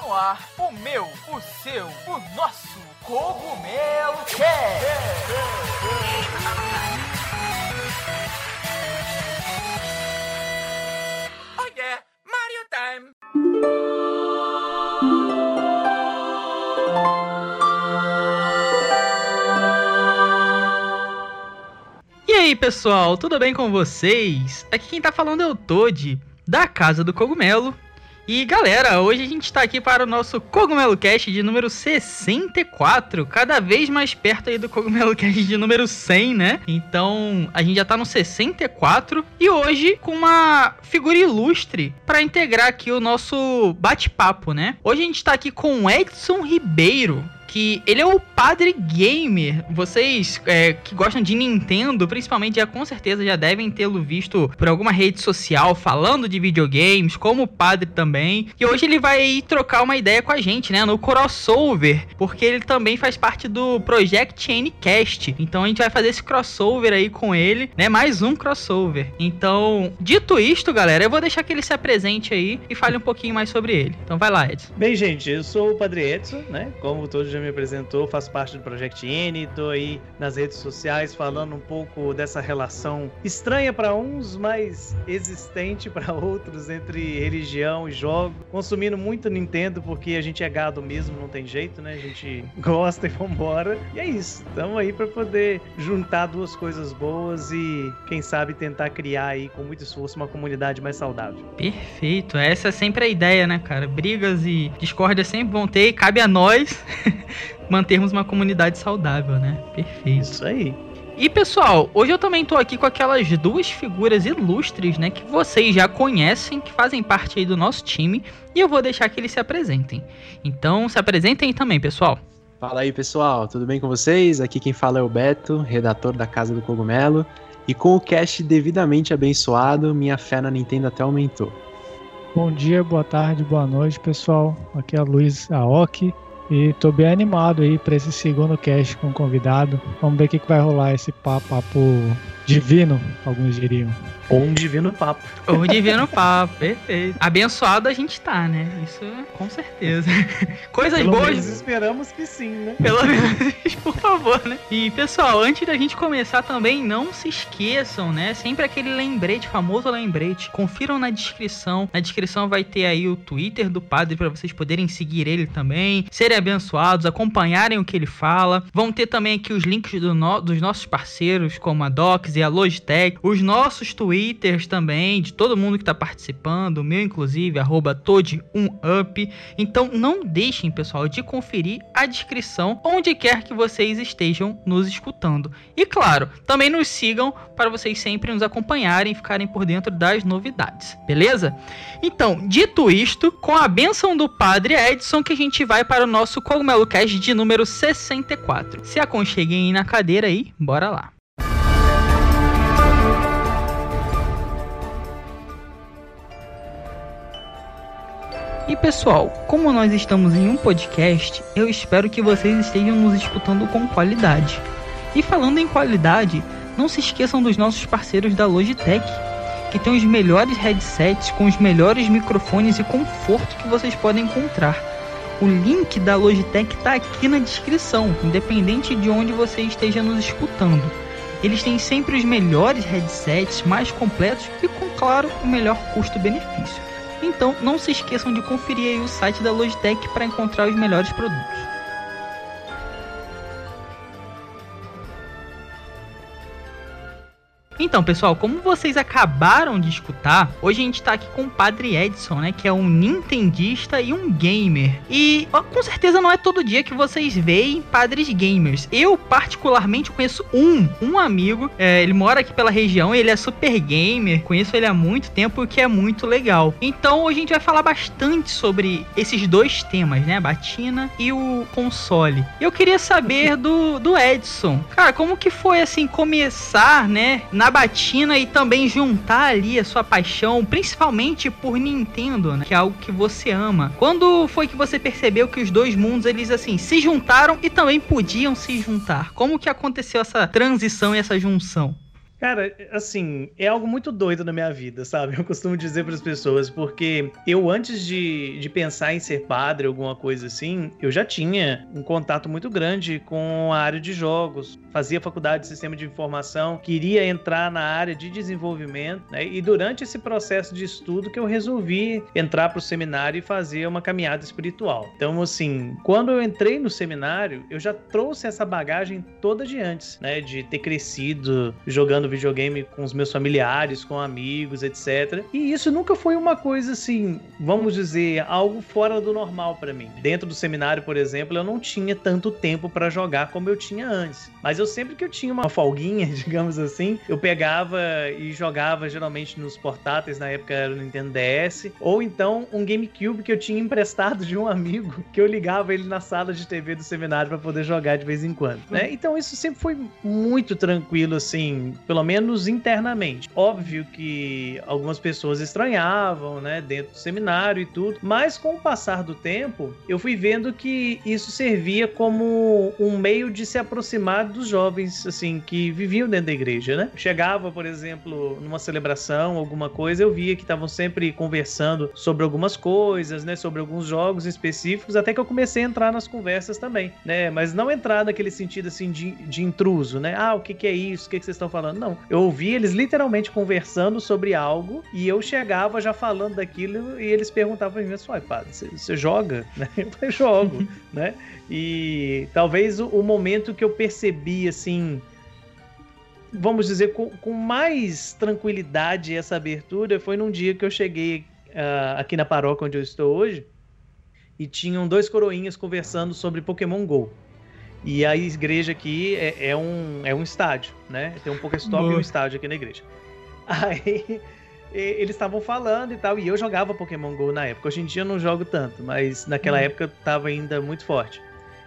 no ar o meu, o seu, o nosso Cogumelo Cast. Oh yeah, Mario Time. E aí pessoal, tudo bem com vocês? Aqui quem tá falando é o Toad, da Casa do Cogumelo. E galera, hoje a gente tá aqui para o nosso Cogumelo Cast de número 64, cada vez mais perto aí do Cogumelo Cast de número 100, né? Então a gente já tá no 64 e hoje com uma figura ilustre para integrar aqui o nosso bate-papo, né? Hoje a gente tá aqui com o Edson Ribeiro, que ele é o padre gamer. Vocês que gostam de Nintendo, principalmente, já com certeza já devem tê-lo visto por alguma rede social falando de videogames, como padre também. E hoje ele vai trocar uma ideia com a gente, né, no crossover, porque ele também faz parte do Project Ncast. Então a gente vai fazer esse crossover aí com ele, né, mais um crossover. Então, dito isto, galera, eu vou deixar que ele se apresente aí e fale um pouquinho mais sobre ele. Então vai lá, Edson. Bem, gente, eu sou o Padre Edson, né, como todos já me apresentou, faço parte do Project N, tô aí nas redes sociais falando um pouco dessa relação estranha para uns, mas existente para outros entre religião e jogo, consumindo muito Nintendo porque a gente é gado mesmo, não tem jeito, né? A gente gosta e vambora. E é isso, estamos aí para poder juntar duas coisas boas e quem sabe tentar criar aí com muito esforço uma comunidade mais saudável. Perfeito, essa é sempre a ideia, né, cara? Brigas e discórdias sempre vão ter e cabe a nós mantermos uma comunidade saudável, né? Perfeito. Isso aí. E pessoal, hoje eu também tô aqui com aquelas duas figuras ilustres, né, que vocês já conhecem, que fazem parte aí do nosso time, e eu vou deixar que eles se apresentem. Então, se apresentem aí também, pessoal. Fala aí, pessoal, tudo bem com vocês? Aqui quem fala é o Beto, redator da Casa do Cogumelo, e com o cast devidamente abençoado, minha fé na Nintendo até aumentou. Bom dia, boa tarde, boa noite, pessoal. Aqui é o Luiz Aoki. E tô bem animado aí pra esse segundo cast com o convidado. Vamos ver o que vai rolar esse papo divino, alguns diriam. Ou um divino papo. Ou um divino papo, perfeito. Abençoado a gente tá, né? Isso com certeza. Coisas Pelo boas. menos esperamos que sim, né? Pelo menos, por favor, né? E pessoal, antes da gente começar também, não se esqueçam, né? Sempre aquele lembrete, famoso lembrete. Confiram na descrição. Na descrição vai ter aí o Twitter do padre pra vocês poderem seguir ele também, serem abençoados, acompanharem o que ele fala. Vão ter também aqui os links dos nossos parceiros, como a Docs e a Logitech, os nossos Twitters também, de todo mundo que tá participando, o meu inclusive, @Toad1up. Então não deixem, pessoal, de conferir a descrição onde quer que vocês estejam nos escutando. E claro, também nos sigam para vocês sempre nos acompanharem e ficarem por dentro das novidades, beleza? Então, dito isto, com a bênção do Padre Edson, que a gente vai para o nosso Cogumelo Cast de número 64. Se aconcheguem aí na cadeira aí, bora lá. E pessoal, como nós estamos em um podcast, eu espero que vocês estejam nos escutando com qualidade. E falando em qualidade, não se esqueçam dos nossos parceiros da Logitech, que tem os melhores headsets com os melhores microfones e conforto que vocês podem encontrar. O link da Logitech está aqui na descrição, independente de onde você esteja nos escutando. Eles têm sempre os melhores headsets, mais completos e com, claro, o melhor custo-benefício. Então, não se esqueçam de conferir aí o site da Logitech para encontrar os melhores produtos. Então, pessoal, como vocês acabaram de escutar, hoje a gente tá aqui com o Padre Edson, né, que é um nintendista e um gamer. E com certeza não é todo dia que vocês veem padres gamers. Eu, particularmente, conheço um amigo, ele mora aqui pela região, ele é super gamer, conheço ele há muito tempo, o que é muito legal. Então, hoje a gente vai falar bastante sobre esses dois temas, né, a batina e o console. Eu queria saber do Edson, cara, como que foi, assim, começar, né, na batina e também juntar ali a sua paixão, principalmente por Nintendo, né? Que é algo que você ama. Quando foi que você percebeu que os dois mundos, eles assim, se juntaram e também podiam se juntar? Como que aconteceu essa transição e essa junção? Cara, assim, é algo muito doido na minha vida, sabe? Eu costumo dizer para as pessoas, porque eu, antes de pensar em ser padre, alguma coisa assim, eu já tinha um contato muito grande com a área de jogos, fazia faculdade de sistema de informação, queria entrar na área de desenvolvimento, né? E durante esse processo de estudo que eu resolvi entrar para o seminário e fazer uma caminhada espiritual. Então, assim, quando eu entrei no seminário, eu já trouxe essa bagagem toda de antes, né? De ter crescido jogando videogame com os meus familiares, com amigos, etc. E isso nunca foi uma coisa assim, vamos dizer, algo fora do normal para mim. Dentro do seminário, por exemplo, eu não tinha tanto tempo para jogar como eu tinha antes. Mas eu sempre que eu tinha uma folguinha, digamos assim, eu pegava e jogava geralmente nos portáteis, na época era o Nintendo DS, ou então um GameCube que eu tinha emprestado de um amigo, que eu ligava ele na sala de TV do seminário para poder jogar de vez em quando, né? Então isso sempre foi muito tranquilo, assim, pelo menos internamente. Óbvio que algumas pessoas estranhavam, né, dentro do seminário e tudo, mas com o passar do tempo, eu fui vendo que isso servia como um meio de se aproximar dos jovens, assim, que viviam dentro da igreja, né? Chegava, por exemplo, numa celebração, alguma coisa, eu via que estavam sempre conversando sobre algumas coisas, né, sobre alguns jogos específicos, até que eu comecei a entrar nas conversas também, né, mas não entrar naquele sentido, assim, de intruso, né? Ah, o que é isso? O que vocês estão falando? Não. Eu ouvia eles literalmente conversando sobre algo e eu chegava já falando daquilo e eles perguntavam pra mim, mas, padre, você joga? Eu falei, jogo, né? E talvez o momento que eu percebi, assim, vamos dizer, com mais tranquilidade essa abertura foi num dia que eu cheguei aqui na paróquia onde eu estou hoje e tinham 2 coroinhas conversando sobre Pokémon GO. E a igreja aqui é um estádio, né? Tem um Pokéstop e um estádio aqui na igreja. Aí eles estavam falando e tal, e eu jogava Pokémon GO na época. Hoje em dia eu não jogo tanto, mas naquela época estava ainda muito forte.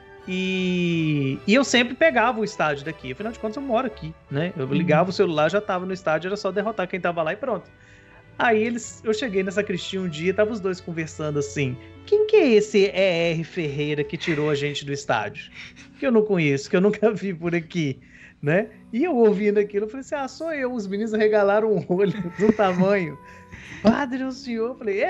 E eu sempre pegava o estádio daqui, afinal de contas eu moro aqui, né? Eu ligava o celular, já tava no estádio, era só derrotar quem tava lá e pronto. Aí eu cheguei nessa sacristia um dia, tava os dois conversando assim, quem que é esse E.R. Ferreira que tirou a gente do estádio? Que eu não conheço, que eu nunca vi por aqui, né? E eu ouvindo aquilo, eu falei assim, sou eu, os meninos regalaram um olho do tamanho. Padre, o senhor? Eu falei,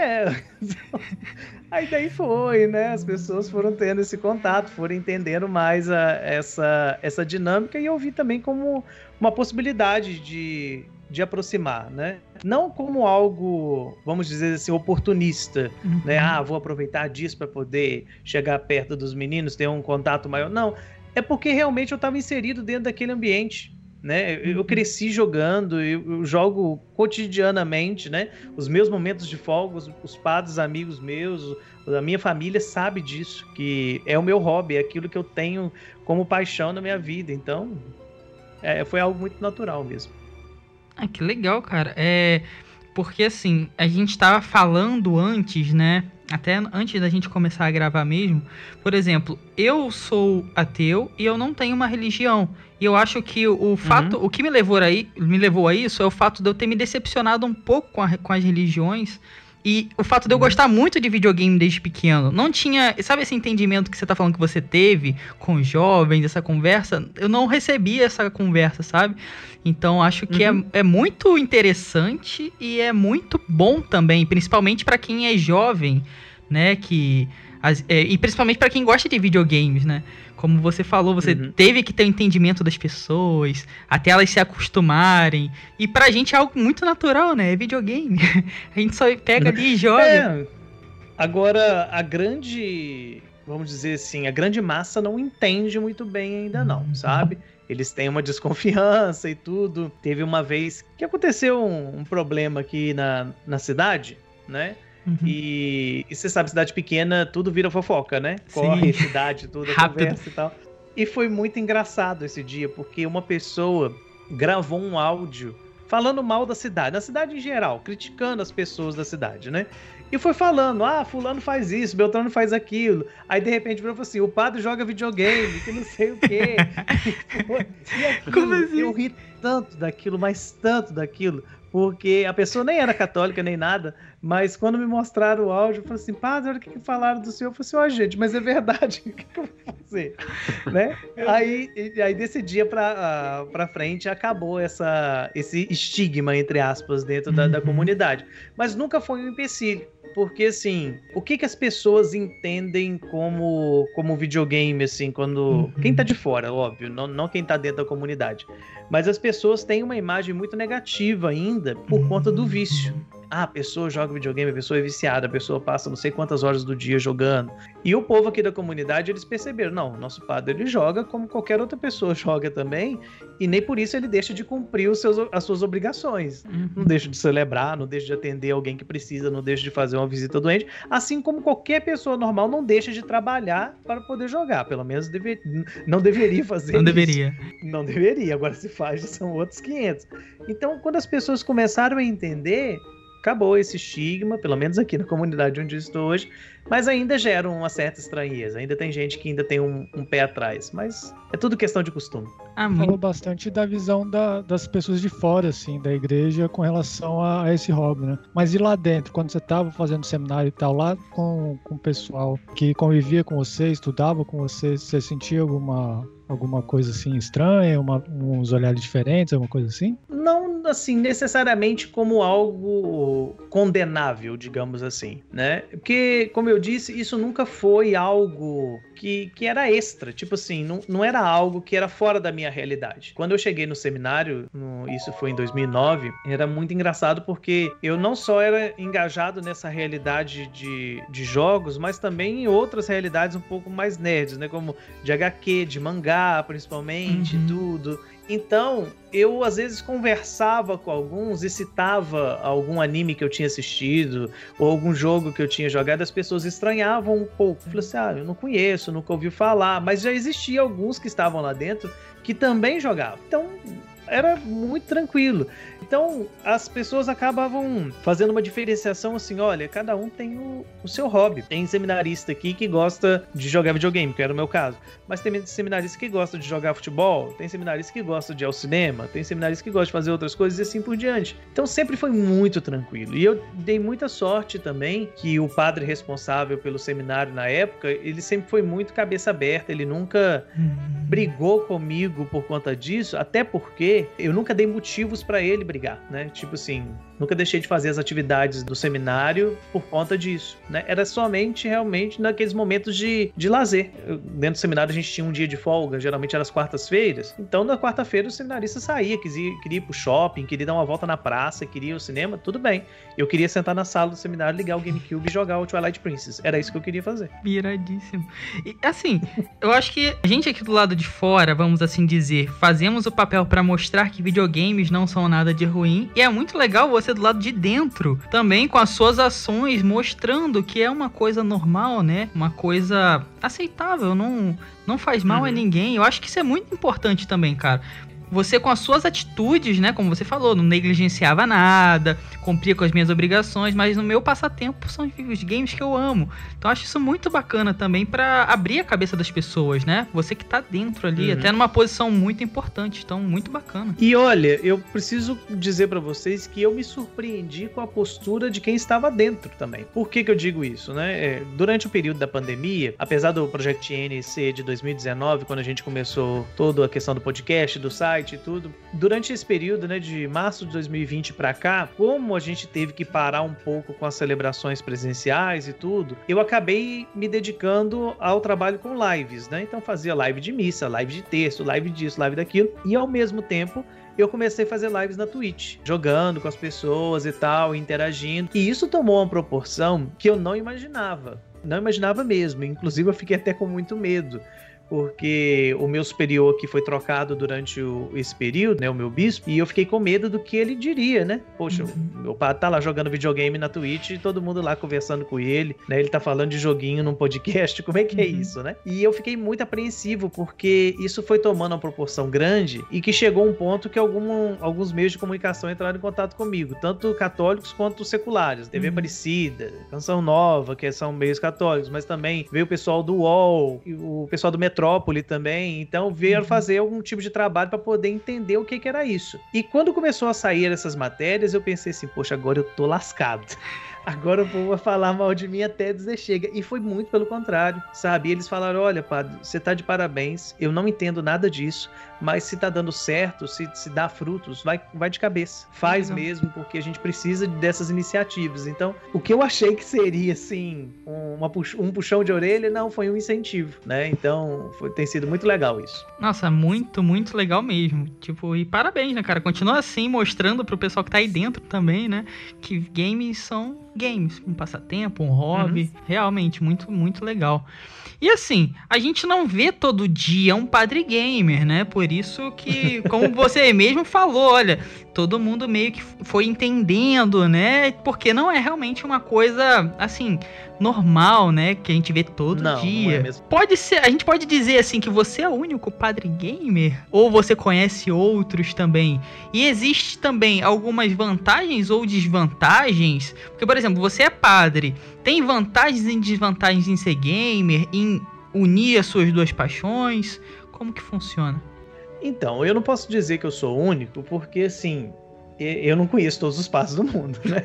Aí daí foi, né? As pessoas foram tendo esse contato, foram entendendo mais essa dinâmica e eu vi também como uma possibilidade de aproximar, né? Não como algo, vamos dizer assim, oportunista, né? Vou aproveitar disso para poder chegar perto dos meninos, ter um contato maior. Não, é porque realmente eu estava inserido dentro daquele ambiente, né? Eu cresci jogando, eu jogo cotidianamente, né? Os meus momentos de folga, os padres amigos meus, a minha família sabe disso, que é o meu hobby, é aquilo que eu tenho como paixão na minha vida. Então, foi algo muito natural mesmo. Que legal, cara. Porque assim, a gente tava falando antes, né? Até antes da gente começar a gravar mesmo. Por exemplo, eu sou ateu e eu não tenho uma religião. E eu acho que o fato, o que me levou a isso é o fato de eu ter me decepcionado um pouco com as religiões. E o fato de eu gostar muito de videogame desde pequeno. Não tinha... Sabe esse entendimento que você tá falando que você teve com os jovens, essa conversa? Eu não recebi essa conversa, sabe? Então, acho que é muito interessante e é muito bom também, principalmente para quem é jovem, né? E principalmente para quem gosta de videogames, né? Como você falou, você teve que ter o entendimento das pessoas, até elas se acostumarem. E pra gente é algo muito natural, né? É videogame. A gente só pega ali e joga. Agora, vamos dizer assim, a grande massa não entende muito bem ainda não, sabe? Eles têm uma desconfiança e tudo. Teve uma vez que aconteceu um problema aqui na cidade, né? E você sabe, cidade pequena, tudo vira fofoca, né? Corre, cidade, tudo, conversa e tal. E foi muito engraçado esse dia, porque uma pessoa gravou um áudio falando mal da cidade, na cidade em geral, criticando as pessoas da cidade, né? E foi falando, fulano faz isso, Beltrano faz aquilo. Aí, de repente, falou assim, o padre joga videogame, que não sei o quê. E aquilo, como assim? Eu ri tanto daquilo, mas tanto daquilo, porque a pessoa nem era católica nem nada, mas quando me mostraram o áudio, eu falei assim, padre, olha o que falaram do senhor. Eu falei assim, gente, mas é verdade, o que eu vou fazer? Né? Aí desse dia pra frente acabou esse estigma, entre aspas, dentro da comunidade. Mas nunca foi um empecilho. Porque, assim, o que as pessoas entendem como videogame, assim, quando... Quem tá de fora, óbvio, não quem tá dentro da comunidade. Mas as pessoas têm uma imagem muito negativa ainda por conta do vício. A pessoa joga videogame, a pessoa é viciada, a pessoa passa não sei quantas horas do dia jogando. E o povo aqui da comunidade, eles perceberam, não, o nosso padre, ele joga como qualquer outra pessoa joga também, e nem por isso ele deixa de cumprir as suas obrigações. Não deixa de celebrar, não deixa de atender alguém que precisa, não deixa de fazer uma visita ao doente, assim como qualquer pessoa normal não deixa de trabalhar para poder jogar, pelo menos não deveria fazer Não isso. deveria. Não deveria, agora se faz, já são outros 500. Então, quando as pessoas começaram a entender, acabou esse estigma, pelo menos aqui na comunidade onde eu estou hoje, mas ainda gera uma certa estranheza, ainda tem gente que ainda tem um pé atrás, mas é tudo questão de costume. Falou bastante da visão das pessoas de fora, assim, da igreja com relação a esse hobby, né? Mas e lá dentro, quando você estava fazendo seminário e tal, lá com o pessoal que convivia com você, estudava com você, você sentia alguma coisa assim estranha, uns olhares diferentes, alguma coisa assim? Não, assim, necessariamente como algo condenável, digamos assim, né? Porque, como eu disse, isso nunca foi algo que era extra, tipo assim, não era algo que era fora da minha realidade. Quando eu cheguei no seminário, isso foi em 2009, era muito engraçado porque eu não só era engajado nessa realidade de jogos, mas também em outras realidades um pouco mais nerds, né? Como de HQ, de mangá, principalmente, tudo. Então, eu às vezes conversava com alguns e citava algum anime que eu tinha assistido ou algum jogo que eu tinha jogado, as pessoas estranhavam um pouco. Eu falei assim, eu não conheço, nunca ouvi falar, mas já existia alguns que estavam lá dentro que também jogavam. Então, era muito tranquilo. Então, as pessoas acabavam fazendo uma diferenciação assim, olha, cada um tem o seu hobby. Tem seminarista aqui que gosta de jogar videogame, que era o meu caso. Mas tem seminarista que gosta de jogar futebol, tem seminarista que gosta de ir ao cinema, tem seminarista que gosta de fazer outras coisas e assim por diante. Então, sempre foi muito tranquilo. E eu dei muita sorte também que o padre responsável pelo seminário na época, ele sempre foi muito cabeça aberta, ele nunca brigou comigo por conta disso, até porque eu nunca dei motivos pra ele brigar, né? Tipo assim, nunca deixei de fazer as atividades do seminário por conta disso, né? Era somente realmente naqueles momentos de lazer. Dentro do seminário a gente tinha um dia de folga, geralmente era as quartas-feiras. Então na quarta-feira o seminarista saía, queria ir pro shopping, queria dar uma volta na praça, queria ir ao cinema, tudo bem. Eu queria sentar na sala do seminário, ligar o GameCube e jogar o Twilight Princess. Era isso que eu queria fazer. Viradíssimo. E assim, eu acho que a gente aqui do lado de fora, vamos assim dizer, fazemos o papel pra mostrar que videogames não são nada de ruim. E é muito legal você do lado de dentro, também com as suas ações, mostrando que é uma coisa normal, né? Uma coisa aceitável, não faz mal a ninguém. Eu acho que isso é muito importante também, cara. Você com as suas atitudes, né, como você falou, não negligenciava nada, cumpria com as minhas obrigações, mas no meu passatempo são os games que eu amo. Então eu acho isso muito bacana também pra abrir a cabeça das pessoas, né? Você que tá dentro ali, até numa posição muito importante, então muito bacana. E olha, eu preciso dizer pra vocês que eu me surpreendi com a postura de quem estava dentro também. Por que eu digo isso, né? Durante o período da pandemia, apesar do Project N ser de 2019, quando a gente começou toda a questão do podcast, do site e tudo, durante esse período, né, de março de 2020 pra cá, como a gente teve que parar um pouco com as celebrações presenciais e tudo, eu acabei me dedicando ao trabalho com lives, né? Então fazia live de missa, live de texto, live disso, live daquilo, e ao mesmo tempo eu comecei a fazer lives na Twitch, jogando com as pessoas e tal, interagindo, e isso tomou uma proporção que eu não imaginava mesmo, inclusive eu fiquei até com muito medo, porque o meu superior aqui foi trocado durante esse período, né, o meu bispo, e eu fiquei com medo do que ele diria, né? Poxa, meu padre tá lá jogando videogame na Twitch e todo mundo lá conversando com ele, né? Ele tá falando de joguinho num podcast, como é que é isso, né? E eu fiquei muito apreensivo, porque isso foi tomando uma proporção grande e que chegou um ponto que alguns meios de comunicação entraram em contato comigo, tanto católicos quanto seculares, TV Aparecida, Canção Nova, que são meios católicos, mas também veio o pessoal do UOL, o pessoal do Metrópole, metrópole também, então vieram fazer algum tipo de trabalho para poder entender o que era isso. E quando começou a sair essas matérias, eu pensei assim, poxa, agora eu tô lascado. Agora o povo vai falar mal de mim até dizer chega. E foi muito pelo contrário, sabe? E eles falaram, olha, padre, você tá de parabéns, eu não entendo nada disso, mas se tá dando certo, se dá frutos, vai de cabeça. Faz mesmo, porque a gente precisa dessas iniciativas. Então, o que eu achei que seria, assim, um puxão de orelha, não, foi um incentivo, né? Então, tem sido muito legal isso. Nossa, muito, muito legal mesmo. Tipo, e parabéns, né, cara? Continua assim, mostrando pro pessoal que tá aí dentro também, né? Que games são games, um passatempo, um hobby. Realmente, muito, muito legal. E assim, a gente não vê todo dia um padre gamer, né? Por isso que, como você mesmo falou, olha, todo mundo meio que foi entendendo, né? Porque não é realmente uma coisa, assim, normal, né? Que a gente vê todo dia. Não é mesmo. Pode ser, a gente pode dizer assim que você é o único padre gamer? Ou você conhece outros também? E existe também algumas vantagens ou desvantagens? Porque, por exemplo, você é padre. Tem vantagens e desvantagens em ser gamer? Em unir as suas duas paixões? Como que funciona? Então, eu não posso dizer que eu sou o único, porque, assim, eu não conheço todos os padres do mundo, né?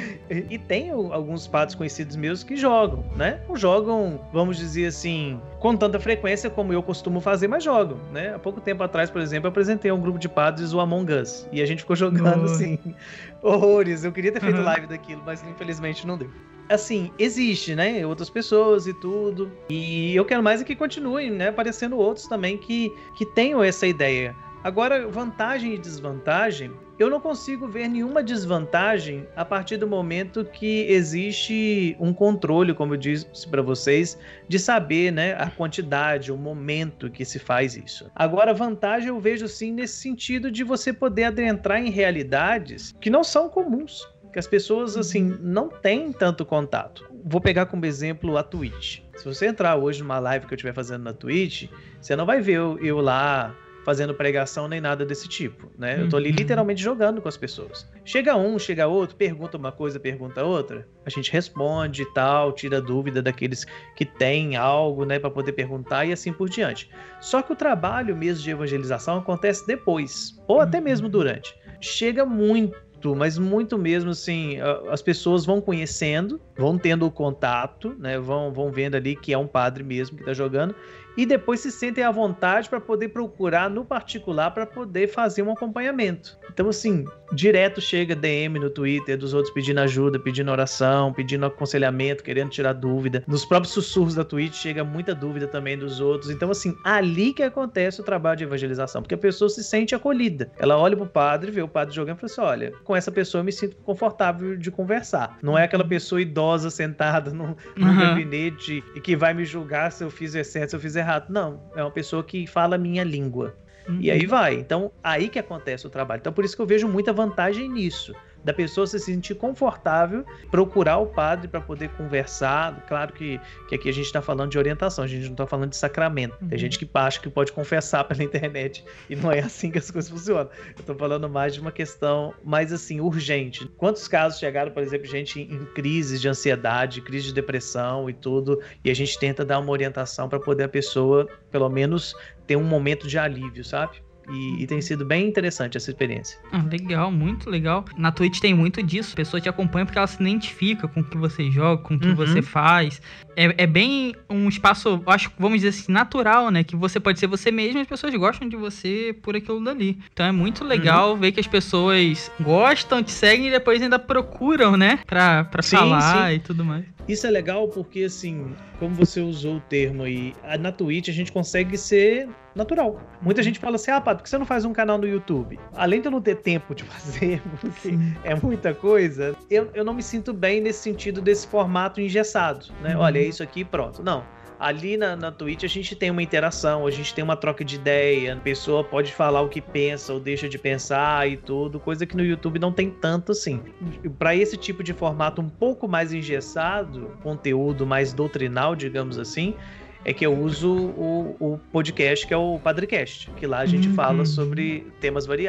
E tem alguns padres conhecidos meus que jogam, né? Não jogam, vamos dizer assim, com tanta frequência como eu costumo fazer, mas jogam, né? Há pouco tempo atrás, por exemplo, eu apresentei a um grupo de padres o Among Us. E a gente ficou jogando, assim, horrores. Eu queria ter feito live daquilo, mas infelizmente não deu. Assim, existe, né? Outras pessoas e tudo. E eu quero mais é que continuem, né? Aparecendo outros também que tenham essa ideia. Agora, vantagem e desvantagem, eu não consigo ver nenhuma desvantagem a partir do momento que existe um controle, como eu disse para vocês, de saber, né, a quantidade, o momento que se faz isso. Agora, vantagem eu vejo sim nesse sentido de você poder adentrar em realidades que não são comuns, que as pessoas, assim, não têm tanto contato. Vou pegar como exemplo a Twitch. Se você entrar hoje numa live que eu estiver fazendo na Twitch, você não vai ver eu lá fazendo pregação nem nada desse tipo, né? Eu tô ali literalmente jogando com as pessoas. Chega um, chega outro, pergunta uma coisa, pergunta outra, a gente responde e tal, tira dúvida daqueles que têm algo, né, para poder perguntar e assim por diante. Só que o trabalho mesmo de evangelização acontece depois, ou até mesmo durante. Chega muito, mas muito mesmo, assim, as pessoas vão conhecendo, vão tendo o contato, né, vão vendo ali que é um padre mesmo que tá jogando, e depois se sentem à vontade para poder procurar no particular para poder fazer um acompanhamento. Então, assim, direto chega DM no Twitter dos outros pedindo ajuda, pedindo oração, pedindo aconselhamento, querendo tirar dúvida. Nos próprios sussurros da Twitch chega muita dúvida também dos outros. Então, assim, ali que acontece o trabalho de evangelização, porque a pessoa se sente acolhida. Ela olha pro padre, vê o padre jogando e fala assim, olha, com essa pessoa eu me sinto confortável de conversar. Não é aquela pessoa idosa sentada num gabinete e que vai me julgar se eu fizer certo, se eu fizer errado. Não, é uma pessoa que fala a minha língua. E aí vai. Então, aí que acontece o trabalho. Então, por isso que eu vejo muita vantagem nisso. Da pessoa se sentir confortável, procurar o padre para poder conversar. Claro que aqui a gente está falando de orientação, a gente não está falando de sacramento. Tem gente que acha que pode confessar pela internet e não é assim que as coisas funcionam. Eu estou falando mais de uma questão mais assim, urgente. Quantos casos chegaram, por exemplo, gente em crises de ansiedade, crise de depressão e tudo, e a gente tenta dar uma orientação para poder a pessoa, pelo menos, ter um momento de alívio, sabe? E tem sido bem interessante essa experiência. Legal, muito legal. Na Twitch tem muito disso. A pessoa te acompanha porque ela se identifica com o que você joga, com o que você faz. É bem um espaço, acho, vamos dizer assim, natural, né? Que você pode ser você mesmo e as pessoas gostam de você por aquilo dali. Então é muito legal ver que as pessoas gostam, te seguem e depois ainda procuram, né? Pra falar e tudo mais. Isso é legal porque, assim, como você usou o termo aí, na Twitch a gente consegue ser natural. Muita gente fala assim, Pato, por que você não faz um canal no YouTube? Além de eu não ter tempo de fazer, porque é muita coisa, eu não me sinto bem nesse sentido desse formato engessado, né? Olha, é isso aqui, pronto. Não. Ali na Twitch a gente tem uma interação, a gente tem uma troca de ideia, a pessoa pode falar o que pensa ou deixa de pensar e tudo, coisa que no YouTube não tem tanto assim. Para esse tipo de formato um pouco mais engessado, conteúdo mais doutrinal, digamos assim, é que eu uso o podcast que é o Padrecast, que lá a gente fala sobre temas variados.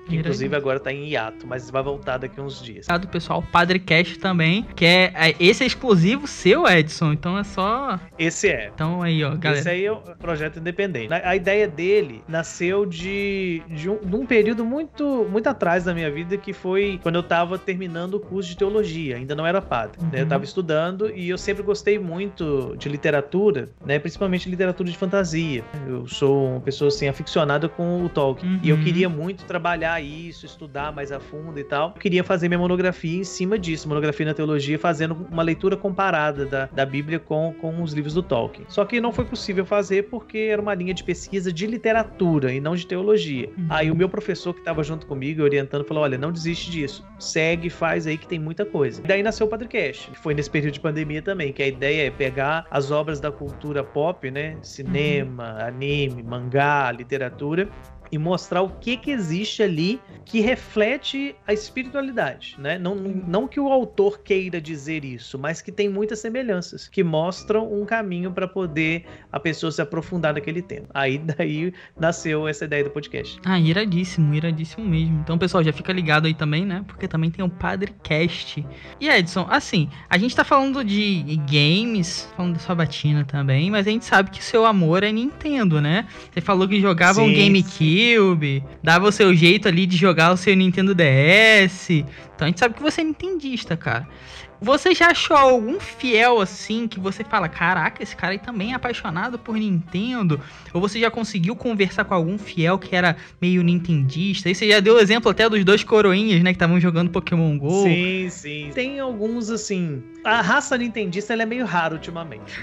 que inclusive agora tá em hiato, mas vai voltar daqui a uns dias. Do pessoal, o Padrecast também, que esse é exclusivo seu, Edson, então é só... Esse é. Então aí, ó, galera. Esse aí é um projeto independente. A ideia dele nasceu de um período muito, muito atrás da minha vida, que foi quando eu tava terminando o curso de teologia, ainda não era padre, né? Eu tava estudando e eu sempre gostei muito de literatura, né? Principalmente literatura de fantasia. Eu sou uma pessoa, assim, aficionada com o Tolkien, e eu queria muito trabalhar isso, estudar mais a fundo e tal. Eu queria fazer minha monografia em cima disso, monografia na teologia, fazendo uma leitura comparada da Bíblia com os livros do Tolkien. Só que não foi possível fazer porque era uma linha de pesquisa de literatura e não de teologia. Aí o meu professor que estava junto comigo, orientando, falou: olha, não desiste disso, segue, faz aí que tem muita coisa. E daí nasceu o Padrecast. Foi nesse período de pandemia também, que a ideia é pegar as obras da cultura pop, né, cinema, anime, mangá, literatura, e mostrar o que existe ali que reflete a espiritualidade, né? Não que o autor queira dizer isso, mas que tem muitas semelhanças, que mostram um caminho para poder a pessoa se aprofundar naquele tema. Aí daí nasceu essa ideia do podcast. Iradíssimo mesmo. Então, pessoal, já fica ligado aí também, né? Porque também tem o Padrecast. E Edson, assim, a gente tá falando de games, falando da sua batina também, mas a gente sabe que o seu amor é Nintendo, né? Você falou que jogava um GameCube, dava o seu jeito ali de jogar o seu Nintendo DS. Então a gente sabe que você é nintendista, cara. Você já achou algum fiel assim que você fala, caraca, esse cara aí também é apaixonado por Nintendo? Ou você já conseguiu conversar com algum fiel que era meio nintendista? Aí você já deu o exemplo até dos dois coroinhas, né, que estavam jogando Pokémon GO. Sim. Tem alguns, assim... A raça nintendista, ela é meio rara ultimamente,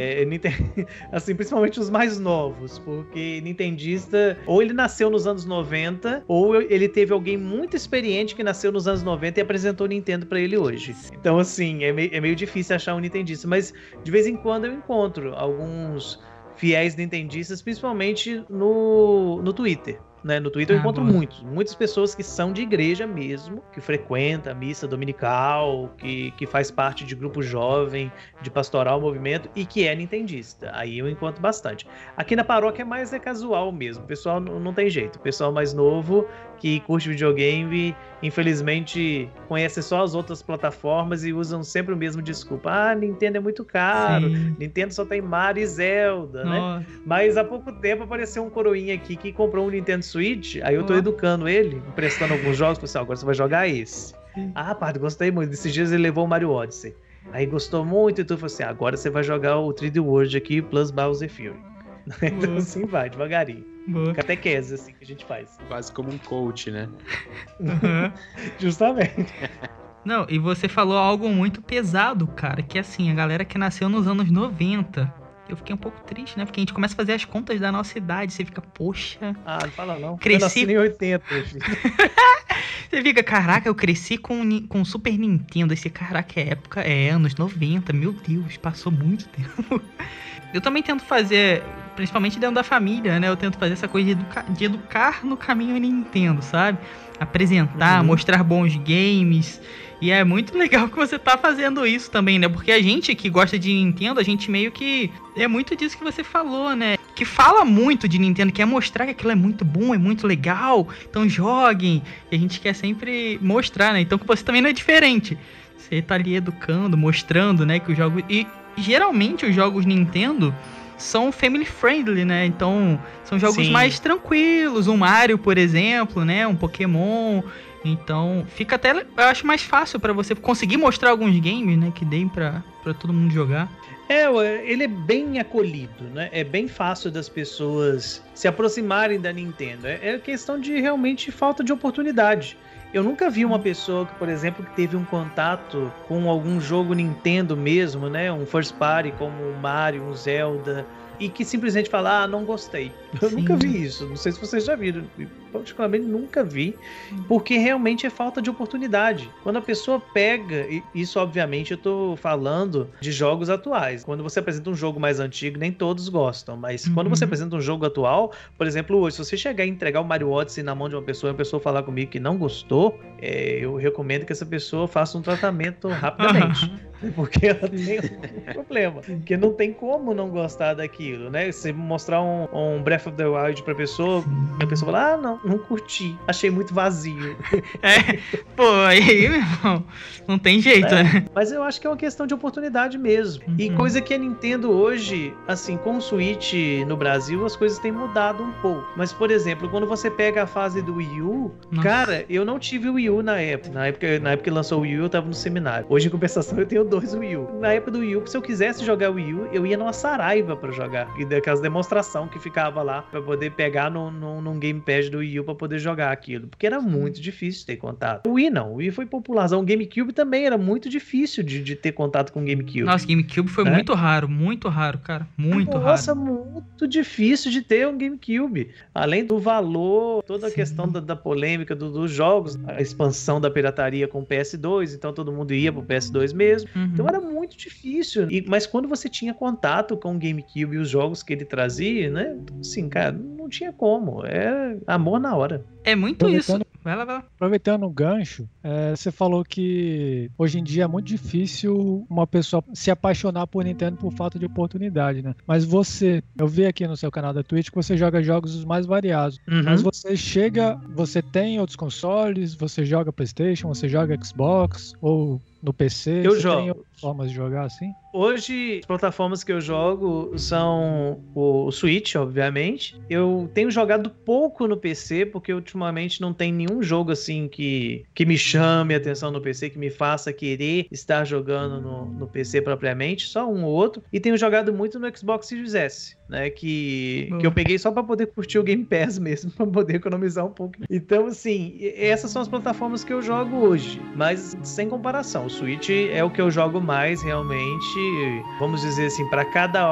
né? Assim, principalmente os mais novos, porque nintendista, ou ele nasceu nos anos 90, ou ele teve alguém muito experiente que nasceu nos anos 90 e apresentou o Nintendo pra ele hoje. Então, assim, é meio difícil achar um nintendista, mas de vez em quando eu encontro alguns fiéis nintendistas, principalmente no Twitter. Né? No Twitter eu encontro muitas pessoas que são de igreja mesmo, que frequentam a missa dominical, que faz parte de grupo jovem, de pastoral movimento e que é nintendista. Aí eu encontro bastante. Aqui na paróquia é mais casual mesmo, o pessoal não tem jeito. O pessoal mais novo que curte videogame, infelizmente conhece só as outras plataformas e usam sempre o mesmo desculpa. Nintendo é muito caro, Nintendo só tem Mario e Zelda, né? Mas há pouco tempo apareceu um coroinha aqui que comprou um Nintendo Switch, aí eu tô educando ele, emprestando alguns jogos, falei assim, agora você vai jogar esse. Padre, gostei muito. Desses dias ele levou o Mario Odyssey. Aí gostou muito e tu falou assim, agora você vai jogar o 3D World aqui, plus Bowser Fury. Então assim vai, devagarinho. Catequese, assim, que a gente faz. Quase como um coach, né? Justamente. Não, e você falou algo muito pesado, cara, que assim, a galera que nasceu nos anos 90... Eu fiquei um pouco triste, né? Porque a gente começa a fazer as contas da nossa idade. Você fica, poxa... não fala não. Cresci... Eu nasci em 80, filho. Você fica, caraca, eu cresci com Super Nintendo. Esse caraca, época, anos 90. Meu Deus, passou muito tempo. Eu também tento fazer, principalmente dentro da família, né? Eu tento fazer essa coisa de educar no caminho Nintendo, sabe? Apresentar, mostrar bons games... E é muito legal que você tá fazendo isso também, né? Porque a gente que gosta de Nintendo, a gente meio que... É muito disso que você falou, né? Que fala muito de Nintendo, quer mostrar que aquilo é muito bom, é muito legal. Então joguem. E a gente quer sempre mostrar, né? Então que você também não é diferente. Você tá ali educando, mostrando, né? Que os jogos... E geralmente os jogos Nintendo... são family friendly, né? Então, são jogos mais tranquilos. Um Mario, por exemplo, né? Um Pokémon. Então, fica até... Eu acho mais fácil pra você conseguir mostrar alguns games, né? Que deem pra todo mundo jogar. Ele é bem acolhido, né? É bem fácil das pessoas se aproximarem da Nintendo. É questão de realmente falta de oportunidade. Eu nunca vi uma pessoa que, por exemplo, que teve um contato com algum jogo Nintendo mesmo, né? Um first party como um Mario, um Zelda, e que simplesmente fala, não gostei. Eu nunca vi isso. Não sei se vocês já viram. Eu, particularmente, nunca vi, porque realmente é falta de oportunidade. Quando a pessoa pega, e isso obviamente eu tô falando de jogos atuais. Quando você apresenta um jogo mais antigo, nem todos gostam, mas quando você apresenta um jogo atual, por exemplo, hoje, se você chegar e entregar o Mario Odyssey na mão de uma pessoa e a pessoa falar comigo que não gostou, eu recomendo que essa pessoa faça um tratamento rapidamente. Porque ela tem um problema. Porque não tem como não gostar daquilo, né? Você mostrar um Breath of the Wild pra pessoa, a pessoa fala, não curti, achei muito vazio. Aí, meu irmão, não tem jeito, né? Mas eu acho que é uma questão de oportunidade mesmo. E coisa que a Nintendo hoje, assim, com o Switch no Brasil, as coisas têm mudado um pouco. Mas, por exemplo, quando você pega a fase do Wii U, cara, eu não tive o Wii U na época. Na época que lançou o Wii U, eu tava no seminário. Hoje, em compensação, eu tenho 2 Wii U. Na época do Wii U, se eu quisesse jogar o Wii U, eu ia numa Saraiva pra jogar. E daquelas demonstrações que ficava lá pra poder pegar num gamepad do Wii U pra poder jogar aquilo. Porque era muito difícil ter contato. O Wii não. O Wii foi popularzão. O GameCube também era muito difícil de ter contato com o GameCube. Nossa, GameCube foi muito raro, cara. Muito raro. Nossa, muito difícil de ter um GameCube. Além do valor, toda a questão da polêmica dos jogos, a expansão da pirataria com o PS2, então todo mundo ia pro PS2 mesmo. Então era muito difícil. Mas quando você tinha contato com o GameCube e os jogos que ele trazia, né? Assim, cara, não tinha como. É amor na hora. É muito isso. Vai lá. Aproveitando o gancho, você falou que hoje em dia é muito difícil uma pessoa se apaixonar por Nintendo por falta de oportunidade, né? Mas eu vi aqui no seu canal da Twitch que você joga jogos os mais variados. Mas você tem outros consoles, você joga PlayStation, você joga Xbox ou no PC? Eu jogo. Tem outras formas de jogar assim? Hoje, as plataformas que eu jogo são o Switch, obviamente. Eu tenho jogado pouco no PC, porque ultimamente não tem nenhum jogo assim que me chame a atenção no PC, que me faça querer estar jogando no PC propriamente, só um ou outro. E tenho jogado muito no Xbox Series S, né, que eu peguei só para poder curtir o Game Pass mesmo, para poder economizar um pouco. Então, assim, essas são as plataformas que eu jogo hoje, mas sem comparação. O Switch é o que eu jogo mais realmente. Vamos dizer assim, para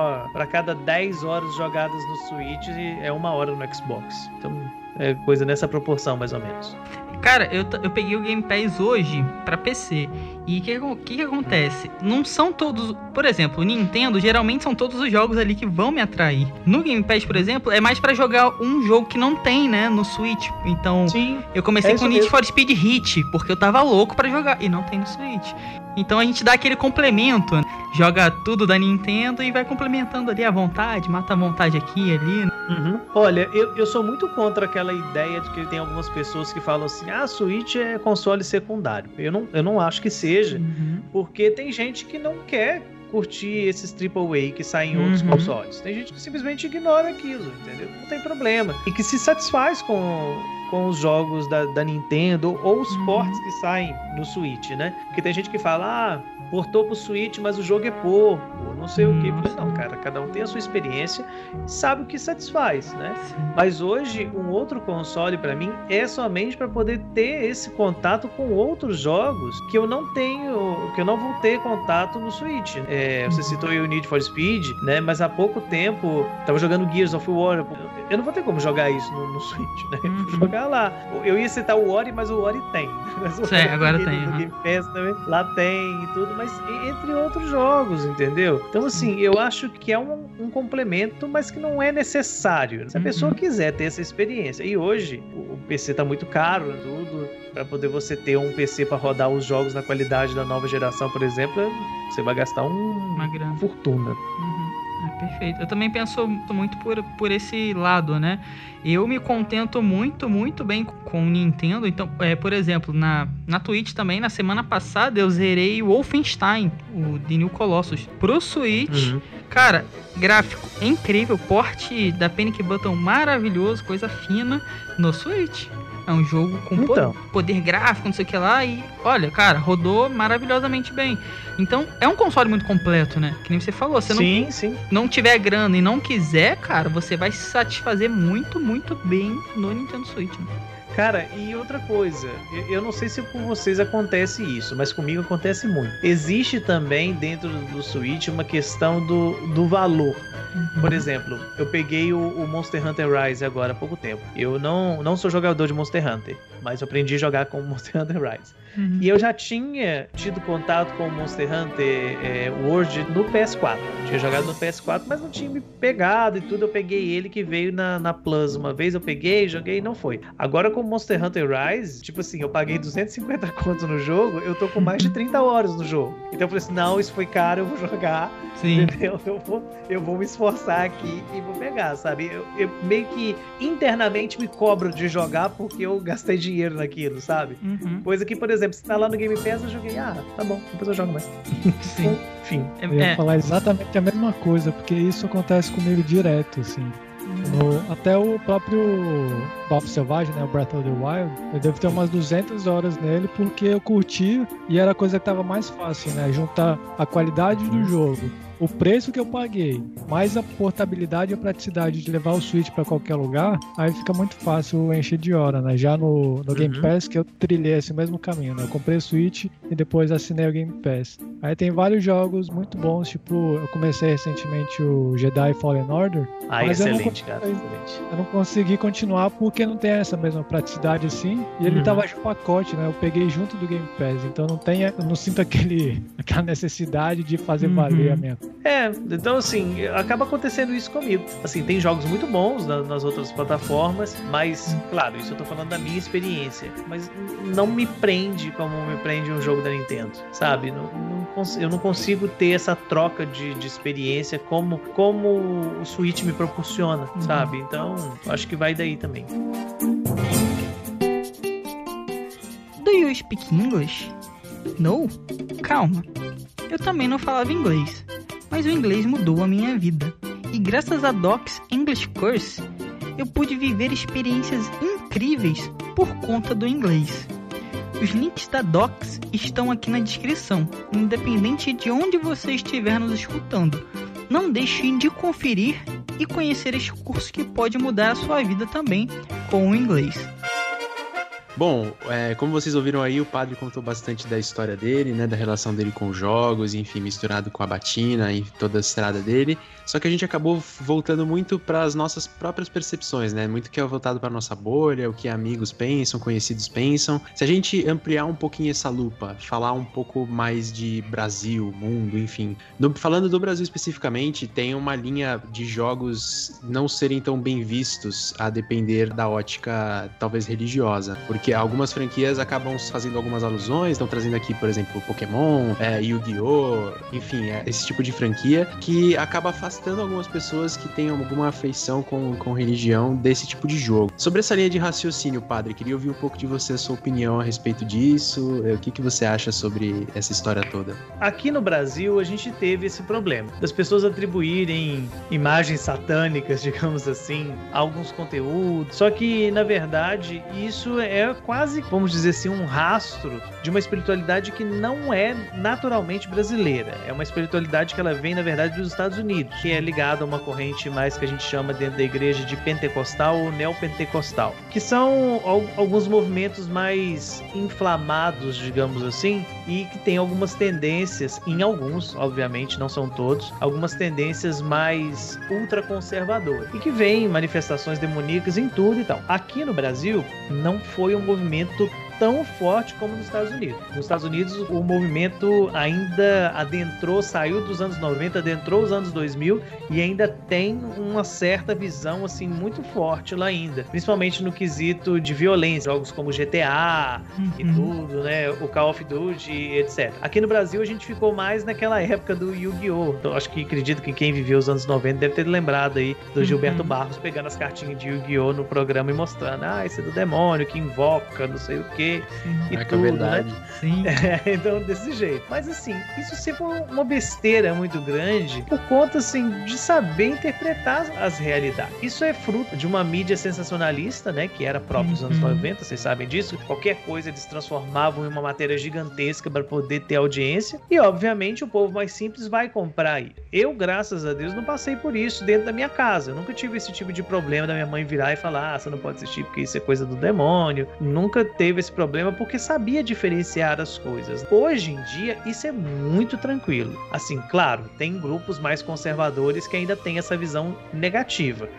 cada 10 horas jogadas no Switch é 1 hora no Xbox. Então é coisa nessa proporção mais ou menos. Cara, eu peguei o Game Pass hoje pra PC. E o que acontece? Não são todos... Por exemplo, o Nintendo, geralmente são todos os jogos ali que vão me atrair. No Game Pass, por exemplo, é mais pra jogar um jogo que não tem, né, no Switch. Então, sim, eu comecei com Need for Speed Heat, porque eu tava louco pra jogar. E não tem no Switch. Então a gente dá aquele complemento, né? Joga tudo da Nintendo e vai complementando ali à vontade, mata a vontade aqui e ali, né? Olha, eu sou muito contra aquela ideia de que tem algumas pessoas que falam assim, Switch é console secundário. Eu não acho que seja, porque tem gente que não quer curtir esses AAA que saem em outros consoles. Tem gente que simplesmente ignora aquilo, entendeu? Não tem problema. E que se satisfaz com os jogos da Nintendo ou os ports que saem no Switch, né? Porque tem gente que fala, portou pro Switch, mas o jogo é porco, não sei o que. Não, cara, cada um tem a sua experiência e sabe o que satisfaz, né? Mas hoje, um outro console pra mim é somente pra poder ter esse contato com outros jogos que eu não tenho, que eu não vou ter contato no Switch. Você citou aí o Need for Speed, né? Mas há pouco tempo, tava jogando Gears of War. Eu não vou ter como jogar isso no Switch, né? Vou jogar lá. Eu ia citar o Ori, mas o Ori tem. Agora tem. No Game Pass também, lá tem e tudo, mas entre outros jogos, entendeu? Então, assim, eu acho que é um complemento, mas que não é necessário. Se a pessoa quiser ter essa experiência. E hoje, o PC tá muito caro, tudo. Pra poder você ter um PC pra rodar os jogos na qualidade da nova geração, por exemplo, você vai gastar uma fortuna. Perfeito. Eu também penso muito por esse lado, né? Eu me contento muito, muito bem com o Nintendo. Então, por exemplo, na Twitch também, na semana passada, eu zerei o Wolfenstein, o The New Colossus, pro Switch. Cara, gráfico incrível, porte da Panic Button maravilhoso, coisa fina no Switch. É um jogo com poder gráfico, não sei o que lá. E, olha, cara, rodou maravilhosamente bem. Então, é um console muito completo, né? Que nem você falou. Se não tiver grana e não quiser, cara, você vai se satisfazer muito, muito bem no Nintendo Switch, né? Cara, e outra coisa, eu não sei se com vocês acontece isso, mas comigo acontece muito. Existe também dentro do Switch uma questão do valor. Por exemplo, eu peguei o Monster Hunter Rise agora há pouco tempo. Eu não sou jogador de Monster Hunter, mas eu aprendi a jogar com Monster Hunter Rise. E eu já tinha tido contato com o Monster Hunter World no PS4. Eu tinha jogado no PS4, mas não tinha me pegado e tudo. Eu peguei ele que veio na Plus uma vez. Eu peguei, joguei e não foi. Agora com o Monster Hunter Rise, tipo assim, eu paguei 250 contos no jogo, eu tô com mais de 30 horas no jogo. Então eu falei assim, não, isso foi caro, eu vou jogar. Sim. Entendeu? Eu vou me esforçar aqui e vou pegar, sabe? Eu meio que internamente me cobro de jogar porque eu gastei dinheiro naquilo, sabe? Coisa que, por exemplo, se tá lá no Game Pass, eu joguei, tá bom, depois eu jogo mais. Sim. Enfim. Eu ia falar exatamente a mesma coisa, porque isso acontece comigo direto, assim. Até o próprio Breath Selvagem, né, o Breath of the Wild, eu devo ter umas 200 horas nele, porque eu curti e era a coisa que tava mais fácil, né, juntar a qualidade do jogo, o preço que eu paguei, mais a portabilidade e a praticidade de levar o Switch para qualquer lugar, aí fica muito fácil encher de hora, né? Já no Game Pass que eu trilhei esse mesmo caminho, né? Eu comprei o Switch e depois assinei o Game Pass. Aí tem vários jogos muito bons, tipo, eu comecei recentemente o Jedi Fallen Order. Mas excelente, cara, excelente. Eu não consegui continuar porque não tem essa mesma praticidade assim, e ele tava de pacote, né? Eu peguei junto do Game Pass, então eu não sinto aquela necessidade de fazer valer a minha. Então assim, acaba acontecendo isso comigo. Assim, tem jogos muito bons nas outras plataformas, mas, claro, isso eu tô falando da minha experiência, mas não me prende como me prende um jogo da Nintendo, sabe? Eu não consigo ter essa troca de experiência como o Switch me proporciona, sabe? Então, acho que vai daí também. Do you speak English? No? Calma. Eu também não falava inglês, mas o inglês mudou a minha vida. E graças a Doc's English Course, eu pude viver experiências incríveis por conta do inglês. Os links da Docs estão aqui na descrição, independente de onde você estiver nos escutando. Não deixem de conferir e conhecer este curso que pode mudar a sua vida também com o inglês. Bom, como vocês ouviram aí, o padre contou bastante da história dele, né, da relação dele com os jogos, enfim, misturado com a batina e toda a estrada dele. Só que a gente acabou voltando muito para as nossas próprias percepções, né? Muito que é voltado para nossa bolha, o que amigos pensam, conhecidos pensam. Se a gente ampliar um pouquinho essa lupa, falar um pouco mais de Brasil, mundo, enfim. Falando do Brasil especificamente, tem uma linha de jogos não serem tão bem vistos a depender da ótica, talvez, religiosa. Porque algumas franquias acabam fazendo algumas alusões, estão trazendo aqui, por exemplo, Pokémon, Yu-Gi-Oh!, enfim, esse tipo de franquia que acaba afastando algumas pessoas que têm alguma afeição com religião desse tipo de jogo. Sobre essa linha de raciocínio, padre, queria ouvir um pouco de você, a sua opinião a respeito disso, o que você acha sobre essa história toda? Aqui no Brasil, a gente teve esse problema das pessoas atribuírem imagens satânicas, digamos assim, a alguns conteúdos, só que, na verdade, isso é quase, vamos dizer assim, um rastro de uma espiritualidade que não é naturalmente brasileira. É uma espiritualidade que ela vem, na verdade, dos Estados Unidos, que é ligada a uma corrente mais que a gente chama dentro da igreja de pentecostal ou neopentecostal, que são alguns movimentos mais inflamados, digamos assim, e que tem algumas tendências, em alguns, obviamente, não são todos, algumas tendências mais ultraconservadoras, e que vem manifestações demoníacas em tudo e tal. Aqui no Brasil, não foi um movimento tão forte como nos Estados Unidos. Nos Estados Unidos, o movimento ainda saiu dos anos 90, adentrou os anos 2000 e ainda tem uma certa visão assim muito forte lá ainda, principalmente no quesito de violência, jogos como GTA e tudo, né, o Call of Duty, etc. Aqui no Brasil a gente ficou mais naquela época do Yu-Gi-Oh! Então, acredito que quem viveu os anos 90 deve ter lembrado aí do Gilberto Barros pegando as cartinhas de Yu-Gi-Oh! No programa e mostrando, esse é do demônio que invoca, não sei o que. E tudo, verdade. Né? Sim. Então, desse jeito. Mas assim, isso sempre foi uma besteira muito grande por conta, assim, de saber interpretar as realidades. Isso é fruto de uma mídia sensacionalista, né, que era própria dos anos 90, vocês sabem disso. Qualquer coisa eles transformavam em uma matéria gigantesca para poder ter audiência. E, obviamente, o povo mais simples vai comprar aí. Eu, graças a Deus, não passei por isso dentro da minha casa. Eu nunca tive esse tipo de problema da minha mãe virar e falar, você não pode assistir porque isso é coisa do demônio. Nunca teve esse problema porque sabia diferenciar as coisas. Hoje em dia, isso é muito tranquilo. Assim, claro, tem grupos mais conservadores que ainda têm essa visão negativa.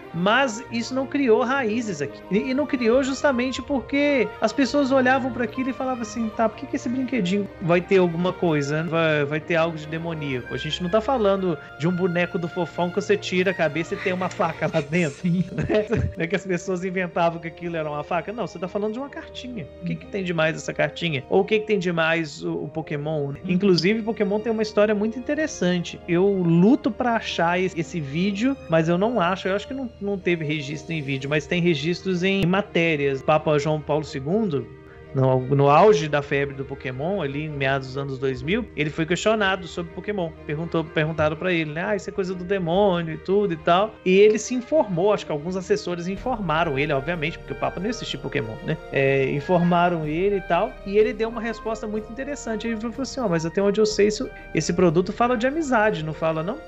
Mas isso não criou raízes aqui. E não criou justamente porque as pessoas olhavam para aquilo e falavam assim, tá, por que esse brinquedinho vai ter alguma coisa? Vai ter algo de demoníaco? A gente não tá falando de um boneco do Fofão que você tira a cabeça e tem uma faca lá dentro. Sim. Não é que as pessoas inventavam que aquilo era uma faca. Não, você tá falando de uma cartinha. O que tem de mais essa cartinha? Ou o que tem de mais o Pokémon? Inclusive, Pokémon tem uma história muito interessante. Eu luto pra achar esse vídeo, mas eu não acho. Eu acho que não teve registro em vídeo, mas tem registros em matérias. Papa João Paulo II, no auge da febre do Pokémon, ali em meados dos anos 2000, ele foi questionado sobre Pokémon. Perguntaram pra ele, né? Isso é coisa do demônio e tudo e tal. E ele se informou, acho que alguns assessores informaram ele, obviamente, porque o Papa não ia assistir Pokémon, né? Informaram ele e tal, e ele deu uma resposta muito interessante. Ele falou assim, mas até onde eu sei, esse produto fala de amizade, não fala, não?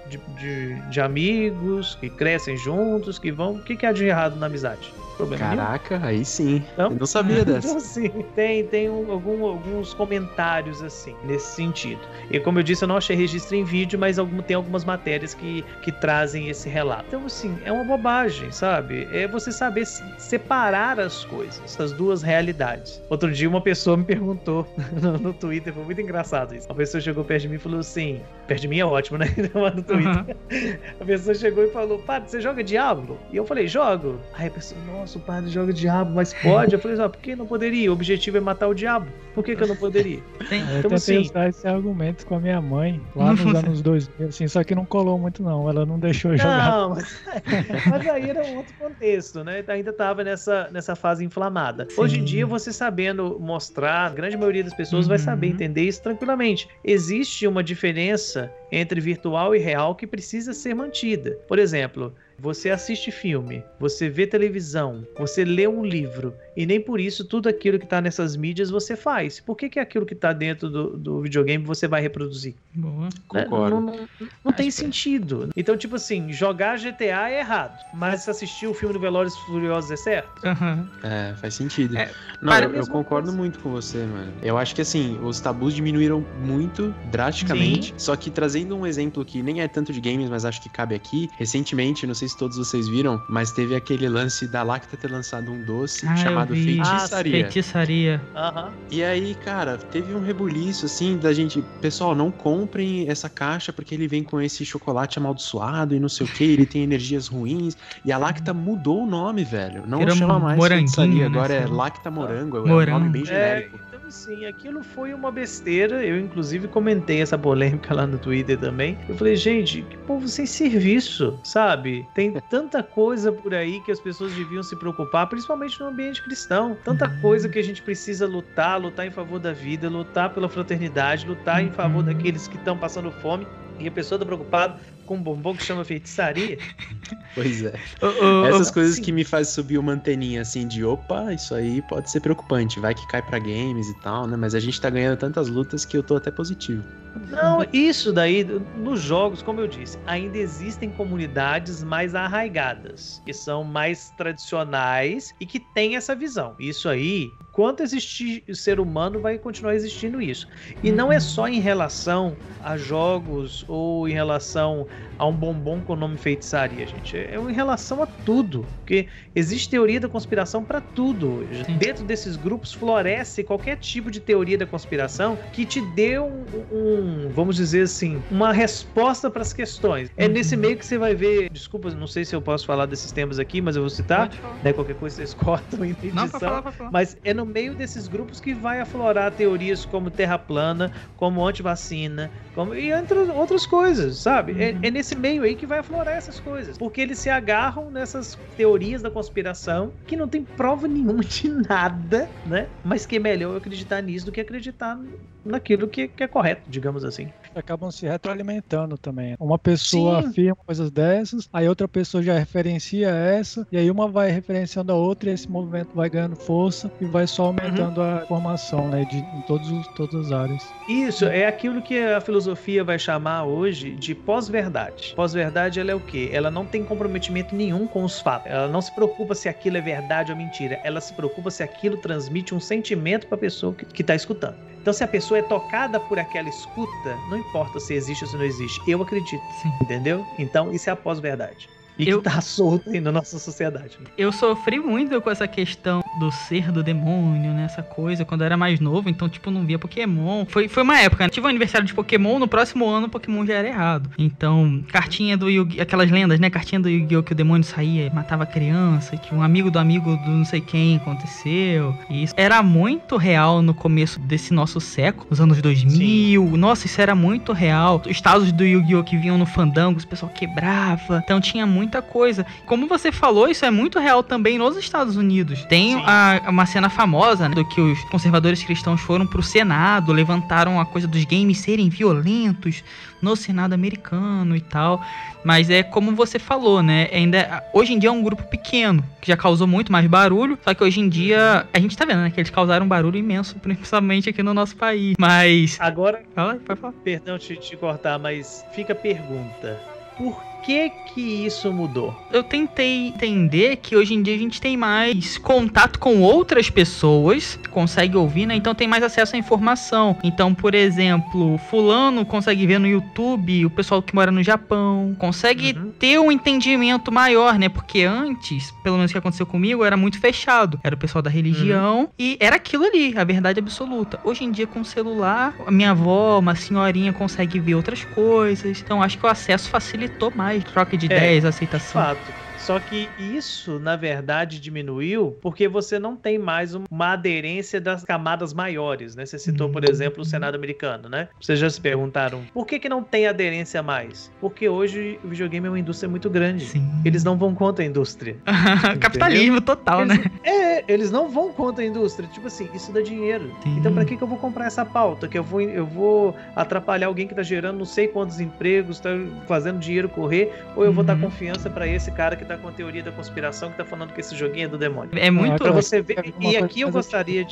De amigos que crescem juntos, que vão... O que há de errado na amizade? Caraca, nenhum? Aí sim. Não? Eu não sabia dessa. Então, sim, tem alguns comentários assim, nesse sentido. E como eu disse, eu não achei registro em vídeo, mas tem algumas matérias que trazem esse relato. Então, assim, é uma bobagem, sabe? É você saber separar as coisas, essas duas realidades. Outro dia, uma pessoa me perguntou no Twitter, foi muito engraçado isso. Uma pessoa chegou perto de mim e falou assim... Perto de mim é ótimo, né? No Twitter. A pessoa chegou e falou, padre, você joga Diablo? E eu falei, jogo. Aí a pessoa, nossa, o padre joga Diablo, mas pode? Eu falei, por que não poderia? O objetivo é matar o diabo. Por que eu não poderia? Eu tentei usar esse argumento com a minha mãe, lá nos anos 2000, assim, só que não colou muito não, ela não deixou eu jogar. Não, mas aí era um outro contexto, né? Ainda tava nessa fase inflamada. Sim. Hoje em dia, você sabendo mostrar, a grande maioria das pessoas vai saber entender isso tranquilamente. Existe uma diferença entre virtual e real que precisa ser mantida. Por exemplo, você assiste filme, você vê televisão, você lê um livro, e nem por isso tudo aquilo que está nessas mídias você faz. Por que aquilo que está dentro do videogame você vai reproduzir? Boa. Concordo. Não tem sentido. Então, tipo assim, jogar GTA é errado, mas assistir o filme do Velozes e Furiosos é certo? Faz sentido. Não, eu concordo muito com você, mano. Eu acho que, assim, os tabus diminuíram muito, drasticamente. Sim. Só que trazendo um exemplo que nem é tanto de games, mas acho que cabe aqui, recentemente, não sei se todos vocês viram, mas teve aquele lance da Lacta ter lançado um doce chamado Feitiçaria. Feitiçaria. E aí, cara, teve um rebuliço, assim, da gente... Pessoal, não comprem essa caixa porque ele vem com esse chocolate amaldiçoado e não sei o que, ele tem energias ruins. E a Lacta mudou o nome, velho. Não chama mais Feitiçaria, agora é Lacta Morango. É um nome bem genérico. Sim, aquilo foi uma besteira. Eu, inclusive, comentei essa polêmica lá no Twitter também. Eu falei, gente, que povo sem serviço, sabe? Tem tanta coisa por aí que as pessoas deviam se preocupar, principalmente no ambiente cristão. Tanta coisa que a gente precisa lutar em favor da vida, lutar pela fraternidade, lutar em favor daqueles que estão passando fome. E a pessoa tá preocupada com um bombom que chama feitiçaria. Pois é. Essas coisas que me fazem subir uma anteninha assim de opa, isso aí pode ser preocupante. Vai que cai pra games e tal, né? Mas a gente tá ganhando tantas lutas que eu tô até positivo. Não, isso daí, nos jogos, como eu disse, ainda existem comunidades mais arraigadas, que são mais tradicionais e que têm essa visão. Isso aí, enquanto existir o ser humano, vai continuar existindo isso. E não é só em relação a jogos ou em relação a um bombom com o nome feitiçaria, gente. É em relação a tudo. Porque existe teoria da conspiração para tudo hoje. Sim. Dentro desses grupos floresce qualquer tipo de teoria da conspiração que te dê vamos dizer assim, uma resposta para as questões. É nesse meio que você vai ver, desculpa, não sei se eu posso falar desses temas aqui, mas eu vou citar, né, qualquer coisa vocês cortam em edição. Não, pra falar. Mas é no meio desses grupos que vai aflorar teorias como terra plana, como antivacina, e entre outras coisas, sabe? É nesse meio aí que vai aflorar essas coisas, porque eles se agarram nessas teorias da conspiração que não tem prova nenhuma de nada, né? Mas que é melhor acreditar nisso do que acreditar naquilo que é correto, digamos assim. Acabam se retroalimentando também. Uma pessoa afirma coisas dessas, aí outra pessoa já referencia essa, e aí uma vai referenciando a outra, e esse movimento vai ganhando força e vai só aumentando a informação, né, em todas as áreas. Isso, é aquilo que a filosofia vai chamar hoje de pós-verdade. Pós-verdade, ela é o quê? Ela não tem comprometimento nenhum com os fatos. Ela não se preocupa se aquilo é verdade ou mentira. Ela se preocupa se aquilo transmite um sentimento para a pessoa que está escutando. Então, se a pessoa é tocada por aquela escuta, não importa se existe ou se não existe. Eu acredito. Sim. Entendeu? Então, isso é a pós-verdade. E que tá solto aí na nossa sociedade. Né? Eu sofri muito com essa questão do ser do demônio, né? Essa coisa, quando eu era mais novo, então, tipo, não via Pokémon. Foi uma época, né? Tive um aniversário de Pokémon, no próximo ano o Pokémon já era errado. Então, cartinha do Yu-Gi-Oh! Aquelas lendas, né? Cartinha do Yu-Gi-Oh! Que o demônio saía e matava a criança, que um amigo do não sei quem aconteceu. E isso era muito real no começo desse nosso século, nos anos 2000. Sim. Nossa, isso era muito real. Os tazos do Yu-Gi-Oh! Que vinham no Fandangos, o pessoal quebrava. Então, tinha muita coisa. Como você falou, isso é muito real também nos Estados Unidos. Tem uma cena famosa, né, do que os conservadores cristãos foram pro Senado, levantaram a coisa dos games serem violentos no Senado americano e tal. Mas é como você falou, né? Hoje em dia é um grupo pequeno, que já causou muito mais barulho. Só que hoje em dia, a gente tá vendo, né? Que eles causaram um barulho imenso, principalmente aqui no nosso país. Mas... Agora, pode falar. Perdão te cortar, mas fica a pergunta. Por que isso mudou? Eu tentei entender que hoje em dia a gente tem mais contato com outras pessoas, consegue ouvir, né? Então tem mais acesso à informação. Então, por exemplo, fulano consegue ver no YouTube o pessoal que mora no Japão, consegue ter um entendimento maior, né? Porque antes, pelo menos o que aconteceu comigo, era muito fechado. Era o pessoal da religião e era aquilo ali, a verdade absoluta. Hoje em dia, com o celular, a minha avó, uma senhorinha, consegue ver outras coisas. Então, acho que o acesso facilitou mais. Troca de ideias, aceitação. Fato. Só que isso, na verdade, diminuiu porque você não tem mais uma aderência das camadas maiores, né? Você citou, por exemplo, o Senado americano, né? Vocês já se perguntaram, por que não tem aderência mais? Porque hoje o videogame é uma indústria muito grande. Sim. Eles não vão contra a indústria. Capitalismo total, né? Eles não vão contra a indústria. Tipo assim, isso dá dinheiro. Sim. Então pra que eu vou comprar essa pauta? Que eu vou atrapalhar alguém que tá gerando não sei quantos empregos, tá fazendo dinheiro correr, ou eu vou dar confiança pra esse cara que tá com a teoria da conspiração que tá falando que esse joguinho é do demônio. É muito... Pra você ver, e aqui eu gostaria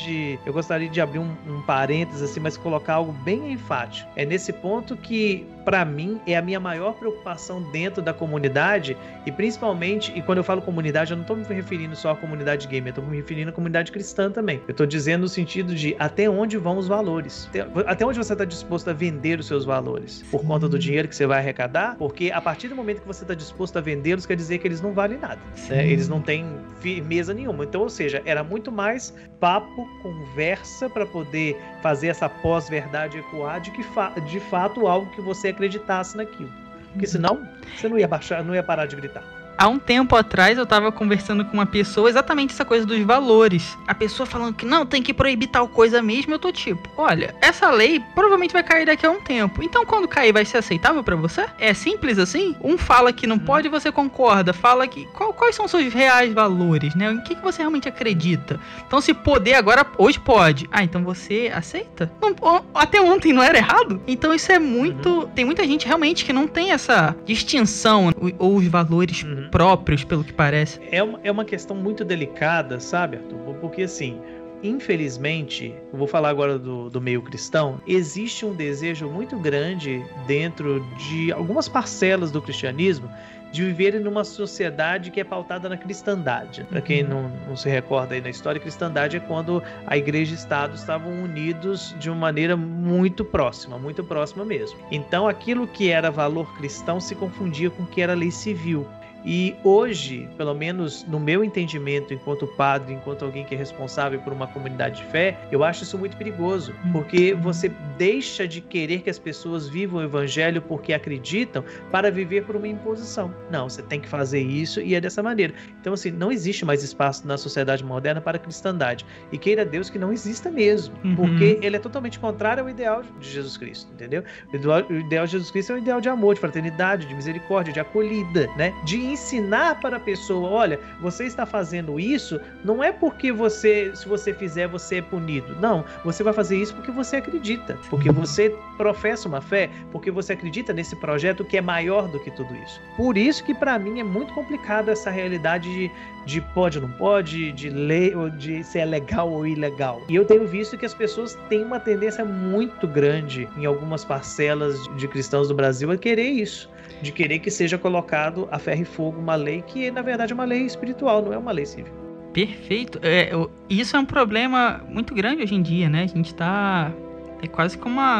de abrir um parênteses assim, mas colocar algo bem enfático. É nesse ponto que, pra mim, é a minha maior preocupação dentro da comunidade, e principalmente, e quando eu falo comunidade, eu não tô me referindo só à comunidade gamer, eu tô me referindo à comunidade cristã também. Eu tô dizendo no sentido de até onde vão os valores. Até onde você tá disposto a vender os seus valores? Por conta do dinheiro que você vai arrecadar? Porque a partir do momento que você tá disposto a vendê-los, quer dizer que eles não valem nada. Né? Eles não têm firmeza nenhuma. Então, ou seja, era muito mais papo, conversa para poder fazer essa pós-verdade ecoar de que de fato algo que você acreditasse naquilo. Porque senão você não ia parar de gritar. Há um tempo atrás eu tava conversando com uma pessoa, exatamente essa coisa dos valores. A pessoa falando que não, tem que proibir tal coisa mesmo, eu tô tipo, olha, essa lei provavelmente vai cair daqui a um tempo. Então quando cair vai ser aceitável pra você? É simples assim? Um fala que não pode e você concorda. Fala que... Quais são os seus reais valores, né? Em que você realmente acredita? Então se poder agora, hoje pode. Ah, então você aceita? Não, até ontem não era errado? Então isso é muito... Tem muita gente realmente que não tem essa distinção ou os valores próprios, pelo que parece. É uma questão muito delicada, sabe, Arthur? Porque assim, infelizmente, eu vou falar agora do meio cristão, existe um desejo muito grande dentro de algumas parcelas do cristianismo de viverem numa sociedade que é pautada na cristandade. Para quem não se recorda aí na história, cristandade é quando a igreja e o Estado estavam unidos de uma maneira muito próxima mesmo. Então aquilo que era valor cristão se confundia com o que era lei civil. E hoje, pelo menos no meu entendimento, enquanto padre, enquanto alguém que é responsável por uma comunidade de fé, eu acho isso muito perigoso, porque você deixa de querer que as pessoas vivam o evangelho porque acreditam para viver por uma imposição. Não, você tem que fazer isso e é dessa maneira. Então, assim, não existe mais espaço na sociedade moderna para a cristandade. E queira Deus que não exista mesmo, porque ele é totalmente contrário ao ideal de Jesus Cristo, entendeu? O ideal de Jesus Cristo é um ideal de amor, de fraternidade, de misericórdia, de acolhida, né? De ensinar para a pessoa, olha, você está fazendo isso, não é porque se você fizer, você é punido. Não, você vai fazer isso porque você acredita, porque você professa uma fé, porque você acredita nesse projeto que é maior do que tudo isso. Por isso que para mim é muito complicado essa realidade de pode ou não pode, de lei, ou de se é legal ou ilegal. E eu tenho visto que as pessoas têm uma tendência muito grande em algumas parcelas de cristãos do Brasil a querer isso, de querer que seja colocado a ferro e fogo uma lei que, na verdade, é uma lei espiritual, não é uma lei civil. Perfeito. Isso é um problema muito grande hoje em dia, né? A gente tá... É quase como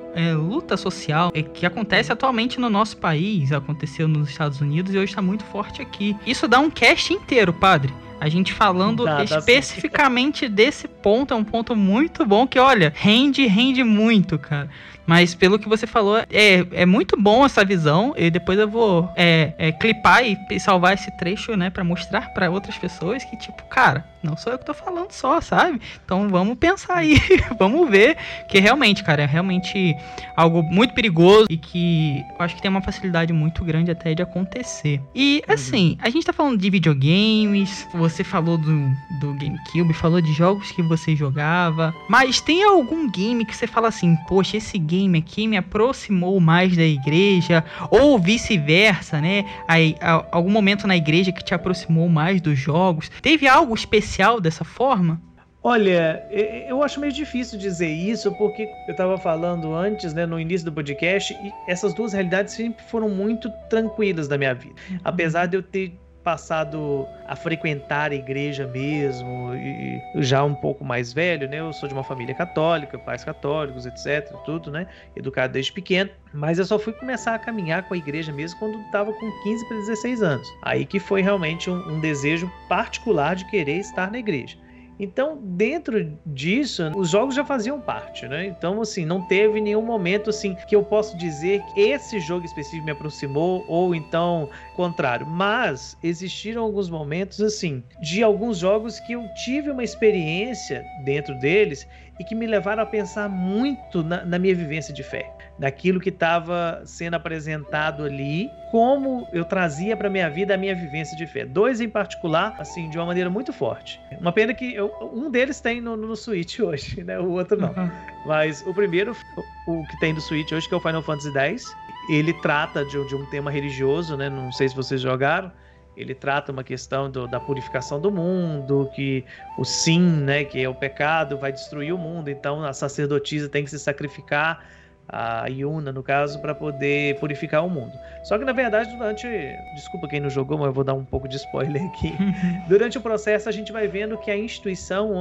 luta social que acontece atualmente no nosso país, aconteceu nos Estados Unidos e hoje está muito forte aqui. Isso dá um cast inteiro, padre. A gente falando especificamente desse ponto, é um ponto muito bom que, olha, rende muito, cara. Mas pelo que você falou, é muito bom essa visão. E depois eu vou clipar e salvar esse trecho, né? Pra mostrar pra outras pessoas que, tipo, cara, não sou eu que tô falando só, sabe? Então vamos pensar aí, vamos ver. Que realmente, cara, é realmente algo muito perigoso e que eu acho que tem uma facilidade muito grande até de acontecer. E, assim, a gente tá falando de videogames, você falou do GameCube, falou de jogos que você jogava, mas tem algum game que você fala assim, poxa, esse game aqui me aproximou mais da igreja, ou vice-versa, né? Aí, algum momento na igreja que te aproximou mais dos jogos? Teve algo especial dessa forma? Olha, eu acho meio difícil dizer isso, porque eu estava falando antes, né, no início do podcast, e essas duas realidades sempre foram muito tranquilas na minha vida. Apesar de eu ter passado a frequentar a igreja mesmo, e já um pouco mais velho, né? Eu sou de uma família católica, pais católicos, etc, tudo, né? Educado desde pequeno, mas eu só fui começar a caminhar com a igreja mesmo quando estava com 15 para 16 anos. Aí que foi realmente um desejo particular de querer estar na igreja. Então, dentro disso, os jogos já faziam parte, né? Então, assim, não teve nenhum momento, assim, que eu posso dizer que esse jogo específico me aproximou, ou então, contrário. Mas, existiram alguns momentos, assim, de alguns jogos que eu tive uma experiência dentro deles e que me levaram a pensar muito na minha vivência de fé. Daquilo que estava sendo apresentado ali, como eu trazia para minha vida a minha vivência de fé. Dois em particular, assim, de uma maneira muito forte. Uma pena que um deles tem no Switch hoje, né? O outro não. Mas o primeiro, o que tem do Switch hoje, que é o Final Fantasy X, ele trata de um tema religioso, né? Não sei se vocês jogaram. Ele trata uma questão da purificação do mundo, que o Sin, né, que é o pecado, vai destruir o mundo. Então a sacerdotisa tem que se sacrificar, a Yuna, no caso, para poder purificar o mundo. Só que, na verdade, desculpa quem não jogou, mas eu vou dar um pouco de spoiler aqui. Durante o processo, a gente vai vendo que a instituição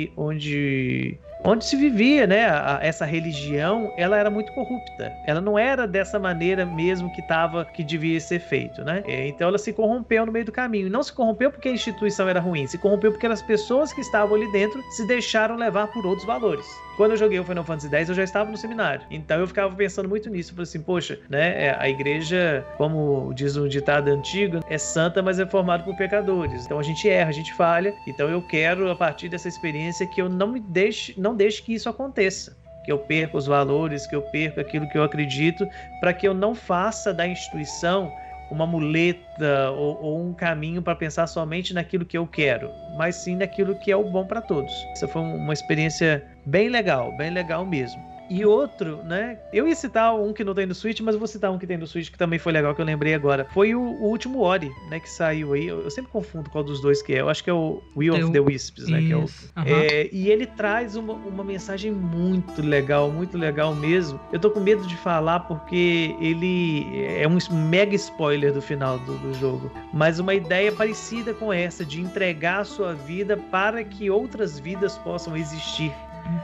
onde se vivia, né, essa religião, ela era muito corrupta. Ela não era dessa maneira mesmo que devia ser feito, né? Então ela se corrompeu no meio do caminho. E não se corrompeu porque a instituição era ruim, se corrompeu porque as pessoas que estavam ali dentro se deixaram levar por outros valores. Quando eu joguei o Final Fantasy X, eu já estava no seminário. Então eu ficava pensando muito nisso. Eu falei assim, poxa, né, a igreja, como diz um ditado antigo, é santa, mas é formada por pecadores. Então a gente erra, a gente falha. Então eu quero, a partir dessa experiência, que eu não deixe que isso aconteça. Que eu perca os valores, que eu perca aquilo que eu acredito, para que eu não faça da instituição uma muleta ou um caminho para pensar somente naquilo que eu quero, mas sim naquilo que é o bom para todos. Essa foi uma experiência bem legal mesmo. E outro, né? Eu ia citar um que não tem no Switch, mas eu vou citar um que tem no Switch que também foi legal, que eu lembrei agora. Foi o último Ori, né? Que saiu aí. Eu sempre confundo qual dos dois que é. Eu acho que é o Will of the Wisps, né? Que é e ele traz uma mensagem muito legal mesmo. Eu tô com medo de falar porque ele é um mega spoiler do final do jogo. Mas uma ideia parecida com essa, de entregar a sua vida para que outras vidas possam existir.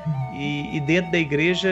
E dentro da igreja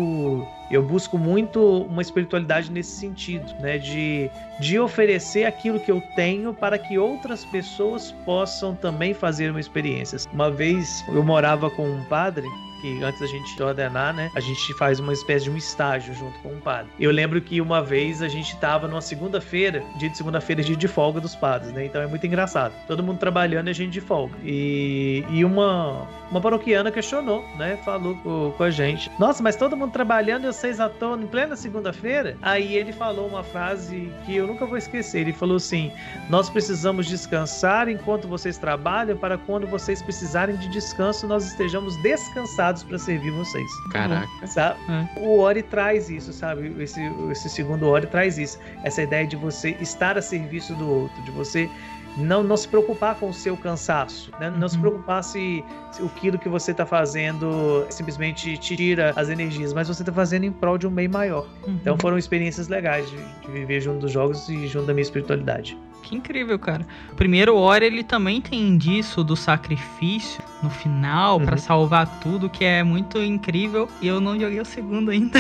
eu busco muito uma espiritualidade nesse sentido, né? De oferecer aquilo que eu tenho para que outras pessoas possam também fazer uma experiência. Uma vez eu morava com um padre, que antes da gente ordenar, né, a gente faz uma espécie de um estágio junto com um padre. Eu lembro que uma vez a gente estava numa segunda-feira, dia de folga dos padres, né, então é muito engraçado. Todo mundo trabalhando e a gente de folga. E uma paroquiana questionou, né, falou com a gente, nossa, mas todo mundo trabalhando e vocês à toa em plena segunda-feira? Aí ele falou uma frase que eu nunca vou esquecer, ele falou assim, nós precisamos descansar enquanto vocês trabalham, para quando vocês precisarem de descanso, nós estejamos descansados para servir vocês. Caraca. Sabe? O Ori traz isso, sabe? Esse segundo Ori traz isso. Essa ideia de você estar a serviço do outro, de você não se preocupar com o seu cansaço, né? Não se preocupar se aquilo que você está fazendo simplesmente te tira as energias, mas você está fazendo em prol de um bem maior. Então foram experiências legais de viver junto dos jogos e junto da minha espiritualidade. Que incrível, cara. O primeiro Ori, ele também tem disso, do sacrifício no final, pra salvar tudo, que é muito incrível. E eu não joguei o segundo ainda.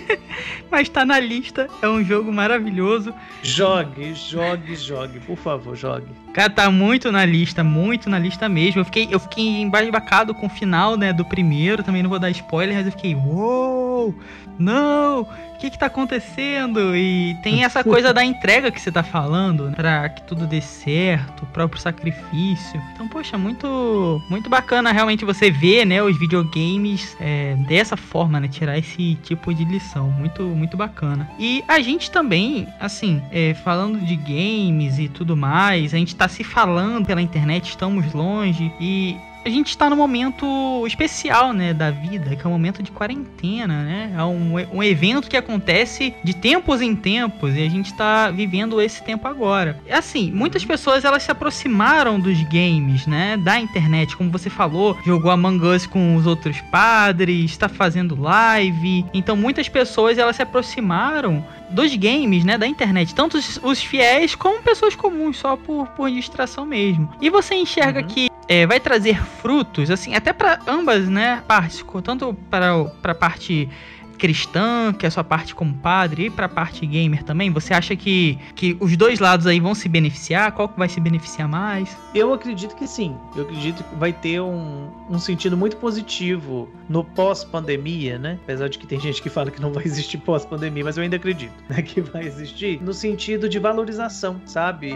Mas tá na lista. É um jogo maravilhoso. Jogue. Por favor, jogue. Cara, tá muito na lista mesmo. Eu fiquei embasbacado com o final, né, do primeiro. Também não vou dar spoiler, mas eu fiquei, uou, não, o que tá acontecendo? E tem essa coisa da entrega que você tá falando, né, pra que tudo dê certo, o próprio sacrifício. Então, poxa, muito bacana realmente você ver, né, os videogames dessa forma, né, tirar esse tipo de lição. Muito bacana. E a gente também, assim, falando de games e tudo mais, a gente tá se falando pela internet, estamos longe e a gente está num momento especial, né, da vida, que é um momento de quarentena, né? É um evento que acontece de tempos em tempos e a gente está vivendo esse tempo agora. Assim, muitas pessoas elas se aproximaram dos games, né, da internet, como você falou, jogou Among Us com os outros padres, está fazendo live. Então muitas pessoas elas se aproximaram dos games, né, da internet, tanto os fiéis como pessoas comuns, só por distração mesmo. E você enxerga que vai trazer frutos, assim, até para ambas, né, partes, tanto para a parte cristã, que é a sua parte como padre, e para a parte gamer também. Você acha que os dois lados aí vão se beneficiar? Qual que vai se beneficiar mais? Eu acredito que sim. Eu acredito que vai ter um sentido muito positivo no pós-pandemia, né? Apesar de que tem gente que fala que não vai existir pós-pandemia, mas eu ainda acredito, né, que vai existir no sentido de valorização, sabe?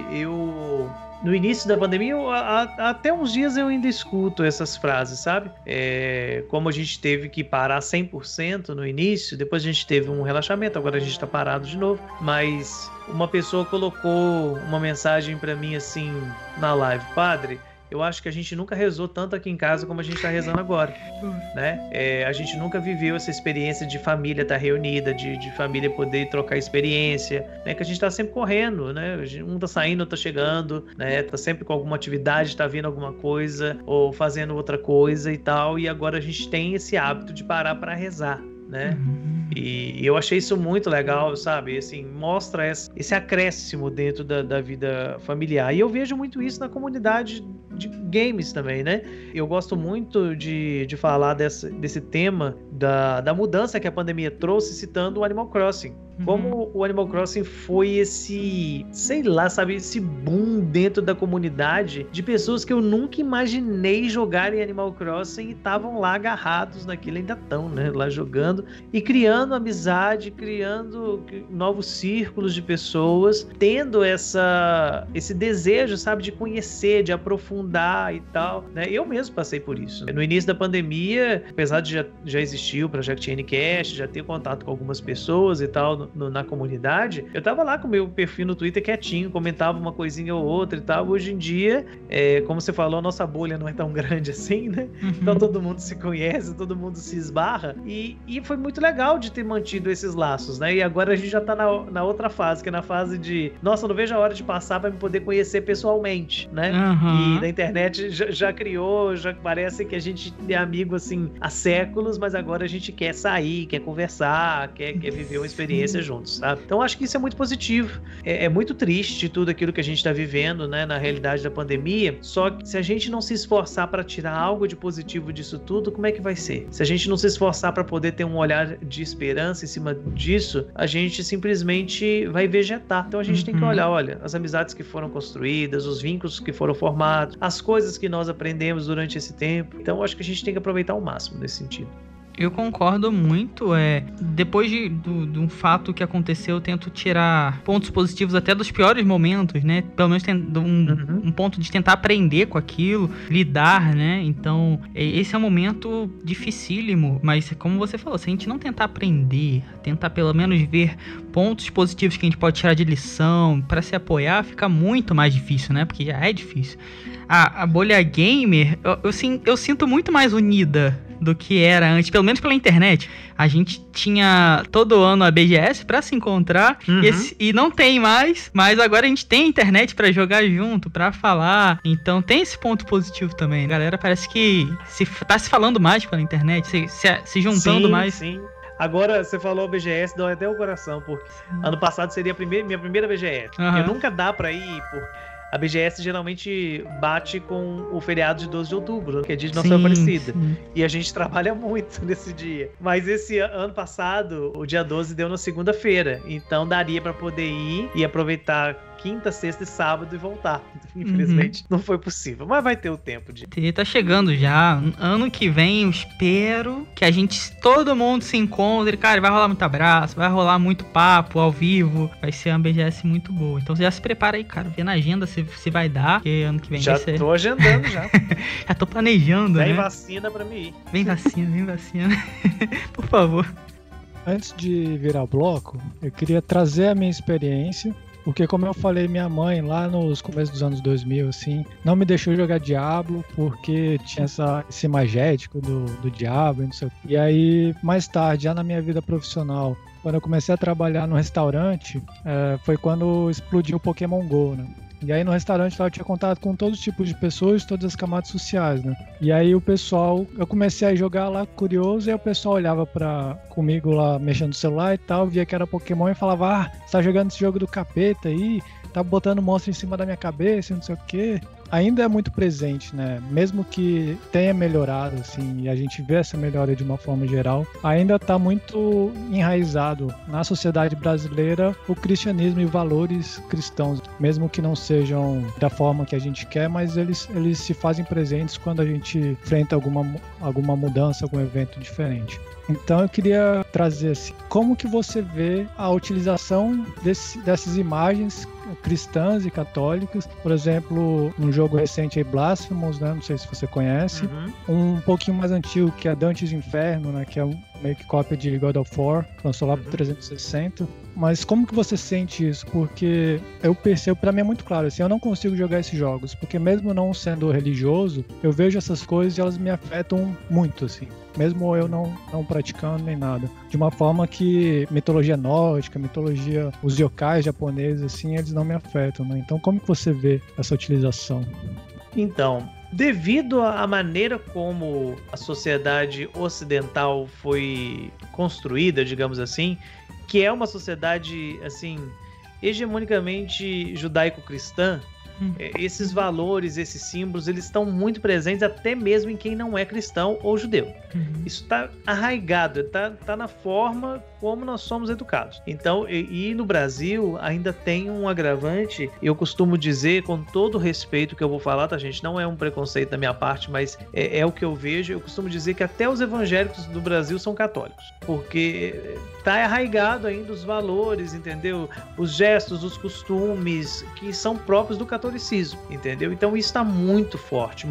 No início da pandemia, até uns dias eu ainda escuto essas frases, sabe? Como a gente teve que parar 100% no início, depois a gente teve um relaxamento, agora a gente tá parado de novo. Mas uma pessoa colocou uma mensagem pra mim assim na live: padre, eu acho que a gente nunca rezou tanto aqui em casa como a gente tá rezando agora, né? A gente nunca viveu essa experiência de família estar reunida, de família poder trocar experiência, né? Que a gente tá sempre correndo, né? Um tá saindo, outro tá chegando, né? Tá sempre com alguma atividade, tá vendo alguma coisa ou fazendo outra coisa e tal. E agora a gente tem esse hábito de parar para rezar, né? E eu achei isso muito legal, sabe? Assim, mostra esse acréscimo dentro da vida familiar. E eu vejo muito isso na comunidade de games também, né? Eu gosto muito de falar desse tema da mudança que a pandemia trouxe, citando o Animal Crossing. Como o Animal Crossing foi esse, sei lá, sabe, esse boom dentro da comunidade de pessoas que eu nunca imaginei jogarem Animal Crossing e estavam lá agarrados naquilo, ainda estão, né, lá jogando e criando amizade, criando novos círculos de pessoas, tendo esse desejo, sabe, de conhecer, de aprofundar e tal, né? Eu mesmo passei por isso. No início da pandemia, apesar de já existir o Project Ncast, já ter contato com algumas pessoas e tal na comunidade, eu tava lá com o meu perfil no Twitter quietinho, comentava uma coisinha ou outra e tal. Hoje em dia, como você falou, a nossa bolha não é tão grande assim, né? Então todo mundo se conhece, todo mundo se esbarra e foi muito legal de ter mantido esses laços, né? E agora a gente já tá na outra fase, que é na fase de, nossa, não vejo a hora de passar pra me poder conhecer pessoalmente, né? E na internet já criou, já parece que a gente é amigo assim há séculos, mas agora a gente quer sair, quer conversar, quer viver uma experiência juntos, sabe? Então acho que isso é muito positivo. É muito triste tudo aquilo que a gente tá vivendo, né, na realidade da pandemia, só que se a gente não se esforçar para tirar algo de positivo disso tudo, como é que vai ser? Se a gente não se esforçar para poder ter um olhar de esperança em cima disso, a gente simplesmente vai vegetar. Então a gente tem que olha, as amizades que foram construídas, os vínculos que foram formados, as coisas que nós aprendemos durante esse tempo. Então acho que a gente tem que aproveitar ao máximo nesse sentido. Eu concordo muito, depois de um fato que aconteceu, eu tento tirar pontos positivos até dos piores momentos, né, pelo menos um ponto de tentar aprender com aquilo, lidar, né, então esse é um momento dificílimo, mas como você falou, se a gente não tentar aprender, tentar pelo menos ver pontos positivos que a gente pode tirar de lição, para se apoiar, fica muito mais difícil, né, porque já é difícil. A bolha gamer, eu sinto muito mais unida do que era antes, pelo menos pela internet. A gente tinha todo ano a BGS pra se encontrar, e não tem mais, mas agora a gente tem a internet pra jogar junto, pra falar, então tem esse ponto positivo também. A galera parece que tá se falando mais pela internet, se juntando mais. Sim. Agora, você falou BGS, dói até o coração, porque ano passado seria minha primeira BGS. Porque nunca dá pra ir, porque a BGS geralmente bate com o feriado de 12 de outubro, que é dia de Nossa Aparecida. E a gente trabalha muito nesse dia. Mas esse ano passado, o dia 12 deu na segunda-feira. Então daria pra poder ir e aproveitar quinta, sexta e sábado e voltar. Infelizmente, não foi possível. Mas vai ter o tempo de... Tá chegando já. Ano que vem, eu espero que todo mundo se encontre. Cara, vai rolar muito abraço, vai rolar muito papo ao vivo. Vai ser uma BGS muito boa. Então já se prepara aí, cara. Vê na agenda se vai dar. Porque ano que vem já vai ser... tô agendando, já. Já tô planejando, Vem né? vacina pra mim ir. Vem vacina. Por favor. Antes de virar bloco, eu queria trazer a minha experiência. Porque, como eu falei, minha mãe, lá nos começos dos anos 2000, assim, não me deixou jogar Diablo, porque tinha esse imagético do Diablo, não sei o quê. E aí, mais tarde, já na minha vida profissional, quando eu comecei a trabalhar no restaurante, foi quando explodiu o Pokémon GO, né? E aí no restaurante lá eu tinha contato com todos os tipos de pessoas, todas as camadas sociais, né? E aí o pessoal, eu comecei a jogar lá curioso, e aí o pessoal olhava comigo lá mexendo no celular e tal, via que era Pokémon e falava: você tá jogando esse jogo do capeta aí, tá botando monstro em cima da minha cabeça, não sei o quê. Ainda é muito presente, né? Mesmo que tenha melhorado, assim, e a gente vê essa melhora de uma forma geral, ainda tá muito enraizado na sociedade brasileira o cristianismo e valores cristãos, mesmo que não sejam da forma que a gente quer, mas eles se fazem presentes quando a gente enfrenta alguma mudança, algum evento diferente. Então eu queria trazer assim, como que você vê a utilização dessas imagens cristãs e católicas, por exemplo, um jogo recente aí, Blasphemous, né? Não sei se você conhece, um pouquinho mais antigo, que é Dante's Inferno, né? Que é meio que cópia de God of War, lançou lá pro 360. Mas como que você sente isso? Porque eu percebo, pra mim é muito claro, assim, eu não consigo jogar esses jogos, porque mesmo não sendo religioso, eu vejo essas coisas e elas me afetam muito, assim. Mesmo eu não praticando nem nada. De uma forma que mitologia nórdica, os yokais japoneses, assim, eles não me afetam, né? Então como que você vê essa utilização? Então, devido à maneira como a sociedade ocidental foi construída, digamos assim, que é uma sociedade, assim, hegemonicamente judaico-cristã, esses valores, esses símbolos, eles estão muito presentes até mesmo em quem não é cristão ou judeu. Isso está arraigado, tá na forma como nós somos educados. Então, e no Brasil ainda tem um agravante, eu costumo dizer, com todo o respeito que eu vou falar, tá, gente? Não é um preconceito da minha parte, mas é o que eu vejo. Eu costumo dizer que até os evangélicos do Brasil são católicos, porque tá arraigado ainda os valores, entendeu? Os gestos, os costumes que são próprios do catolicismo, entendeu? Então isso está muito forte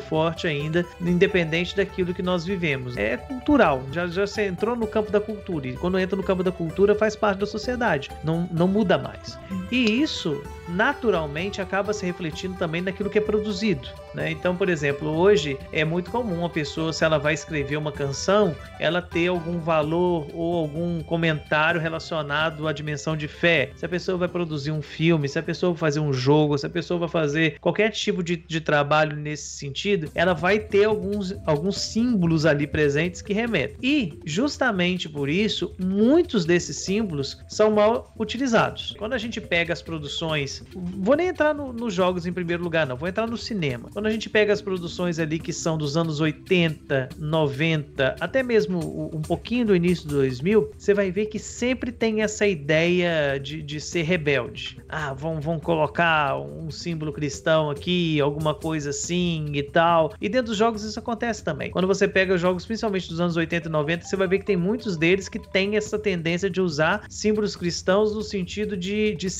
ainda, independente daquilo que nós vivemos. É cultural, já você entrou no campo da cultura, e quando entra no campo da cultura faz parte da sociedade, não muda mais. E isso, naturalmente, acaba se refletindo também naquilo que é produzido, né? Então, por exemplo, hoje é muito comum a pessoa, se ela vai escrever uma canção, ela ter algum valor ou algum comentário relacionado à dimensão de fé. Se a pessoa vai produzir um filme, se a pessoa vai fazer um jogo, se a pessoa vai fazer qualquer tipo de trabalho nesse sentido, ela vai ter alguns símbolos ali presentes que remetem. E, justamente por isso, muitos desses símbolos são mal utilizados. Quando a gente pega as produções, vou nem entrar nos jogos em primeiro lugar, não, vou entrar no cinema. Quando a gente pega as produções ali que são dos anos 80, 90, até mesmo um pouquinho do início do 2000, você vai ver que sempre tem essa ideia de ser rebelde. Vão colocar um símbolo cristão aqui, alguma coisa assim e tal. E dentro dos jogos isso acontece também. Quando você pega os jogos, principalmente dos anos 80 e 90, você vai ver que tem muitos deles que têm essa tendência de usar símbolos cristãos no sentido de ser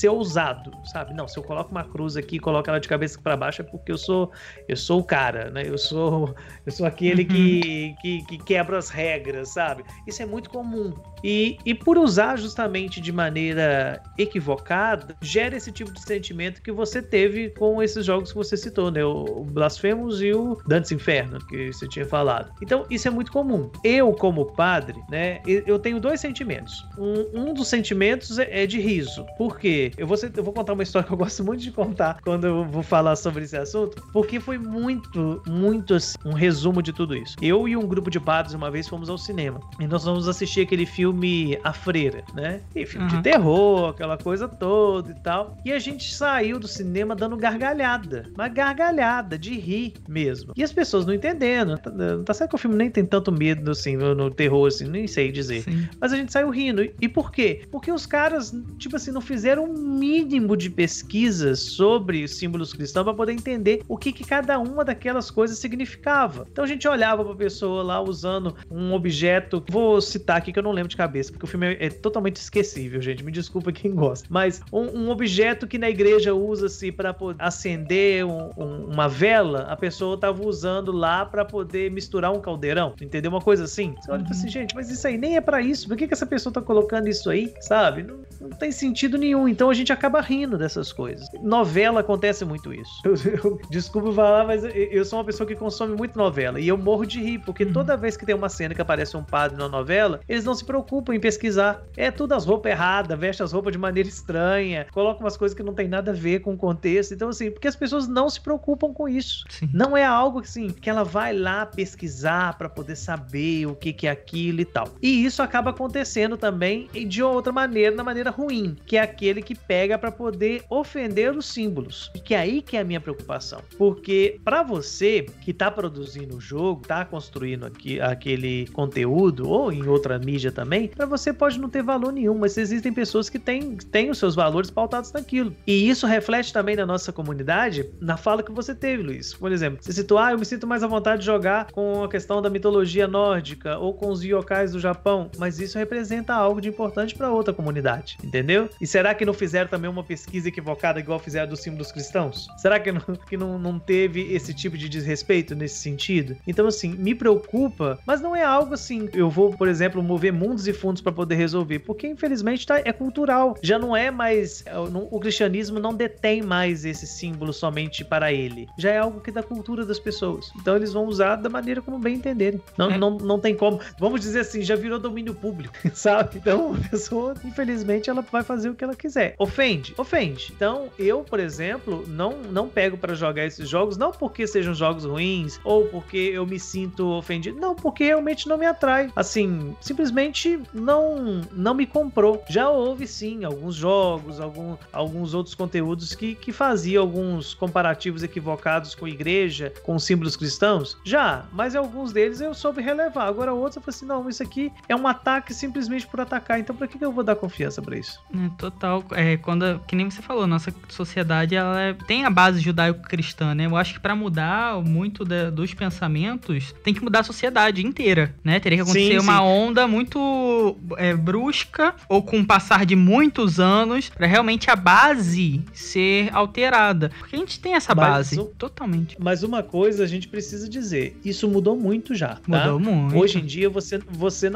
ser ousado, sabe? Não, se eu coloco uma cruz aqui e coloco ela de cabeça para baixo é porque eu sou o cara, né? Eu sou aquele que quebra as regras, sabe? Isso é muito comum. E por usar justamente de maneira equivocada, gera esse tipo de sentimento que você teve com esses jogos que você citou, né? O Blasphemous e o Dante's Inferno, que você tinha falado. Então, isso é muito comum. Eu, como padre, né? Eu tenho dois sentimentos. Um dos sentimentos é de riso. Por quê? Eu vou contar uma história que eu gosto muito de contar quando eu vou falar sobre esse assunto, porque foi muito, muito assim, um resumo de tudo isso. Eu e um grupo de padres uma vez fomos ao cinema e nós vamos assistir aquele filme A Freira, né? E filme de terror, aquela coisa toda e tal. E a gente saiu do cinema dando gargalhada. Uma gargalhada de rir mesmo. E as pessoas não entendendo. Tá certo que o filme nem tem tanto medo assim, no terror, assim, nem sei dizer. Sim. Mas a gente saiu rindo. E por quê? Porque os caras, tipo assim, não fizeram um mínimo de pesquisa sobre os símbolos cristãos para poder entender o que cada uma daquelas coisas significava. Então a gente olhava pra pessoa lá usando um objeto, vou citar aqui que eu não lembro de cabeça, porque o filme é totalmente esquecível, gente, me desculpa quem gosta, mas um objeto que na igreja usa-se para poder acender uma vela, a pessoa tava usando lá para poder misturar um caldeirão, entendeu? Uma coisa assim. Você olha e fala assim, gente, mas isso aí nem é para isso, por que essa pessoa tá colocando isso aí, sabe? Não tem sentido nenhum, então a gente acaba rindo dessas coisas. Novela acontece muito isso. Desculpa falar, mas eu sou uma pessoa que consome muito novela, e eu morro de rir, porque toda vez que tem uma cena que aparece um padre na novela, eles não se preocupam em pesquisar. É tudo as roupas erradas, veste as roupas de maneira estranha, coloca umas coisas que não tem nada a ver com o contexto. Então, assim, porque as pessoas não se preocupam com isso. Sim. Não é algo assim, que ela vai lá pesquisar para poder saber o que é aquilo e tal. E isso acaba acontecendo também de outra maneira, na maneira ruim, que é aquele que pega para poder ofender os símbolos. E que é aí que é a minha preocupação. Porque para você que tá produzindo o jogo, tá construindo aquele conteúdo, ou em outra mídia também, para você pode não ter valor nenhum, mas existem pessoas que têm os seus valores pautados naquilo. E isso reflete também na nossa comunidade, na fala que você teve, Luiz. Por exemplo, você citou, eu me sinto mais à vontade de jogar com a questão da mitologia nórdica ou com os yokais do Japão, mas isso representa algo de importante para outra comunidade, entendeu? E será que não fizeram também uma pesquisa equivocada igual fizeram dos símbolos cristãos? Será que não teve esse tipo de desrespeito nesse sentido? Então, assim, me preocupa, mas não é algo assim, eu vou, por exemplo, mover mundos e fundos para poder resolver, porque infelizmente é cultural, já não é mais, o cristianismo não detém mais esse símbolo somente para ele, já é algo que é da cultura das pessoas, então eles vão usar da maneira como bem entenderem, não tem como, vamos dizer assim, já virou domínio público, sabe? Então a pessoa, infelizmente, ela vai fazer o que ela quiser. Ofende. Então eu, por exemplo, não pego para jogar esses jogos, não porque sejam jogos ruins, ou porque eu me sinto ofendido, não, porque realmente não me atrai, assim, simplesmente não me comprou. Já houve sim alguns jogos, alguns outros conteúdos que faziam alguns comparativos equivocados com a igreja, com símbolos cristãos, mas alguns deles eu soube relevar. Agora outros eu falei assim, não, isso aqui é um ataque simplesmente por atacar, então pra que eu vou dar confiança pra isso? Total, que nem você falou, nossa sociedade ela tem a base judaico-cristã, né? Eu acho que pra mudar muito dos pensamentos, tem que mudar a sociedade inteira, né? Teria que acontecer uma onda muito brusca, ou com o passar de muitos anos, pra realmente a base ser alterada. Porque a gente tem essa base, totalmente. Mas uma coisa a gente precisa dizer, isso mudou muito já, tá? Mudou muito. Hoje em dia você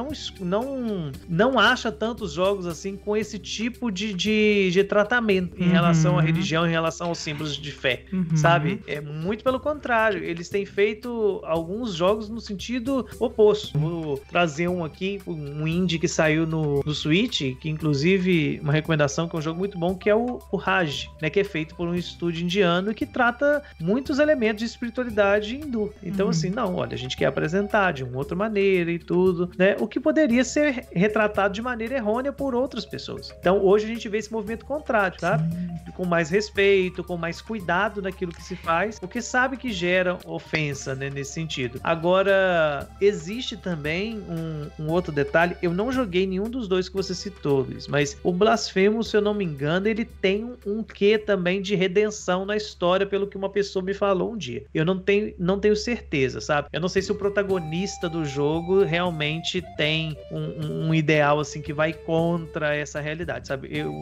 não acha tantos jogos assim com esse tipo de tratamento em relação à religião, em relação aos símbolos de fé, sabe? É muito pelo contrário, eles têm feito alguns jogos no sentido oposto. Vou trazer um aqui, um indie que saiu no Switch, que inclusive uma recomendação, que é um jogo muito bom, que é o Raj, né, que é feito por um estúdio indiano e que trata muitos elementos de espiritualidade hindu. Então assim, não, olha, a gente quer apresentar de uma outra maneira e tudo, né, o que poderia ser retratado de maneira errônea por outras pessoas. Então hoje a gente vê esse movimento contrário, sabe? Com mais respeito, com mais cuidado naquilo que se faz, porque sabe que gera ofensa, né, nesse sentido. Agora, existe também um outro detalhe, eu não joguei nenhum dos dois que você citou, Luiz, mas o Blasphemous, se eu não me engano, ele tem um quê também de redenção na história, pelo que uma pessoa me falou um dia. Eu não tenho certeza, sabe? Eu não sei se o protagonista do jogo realmente tem um ideal, assim, que vai contra essa realidade, sabe?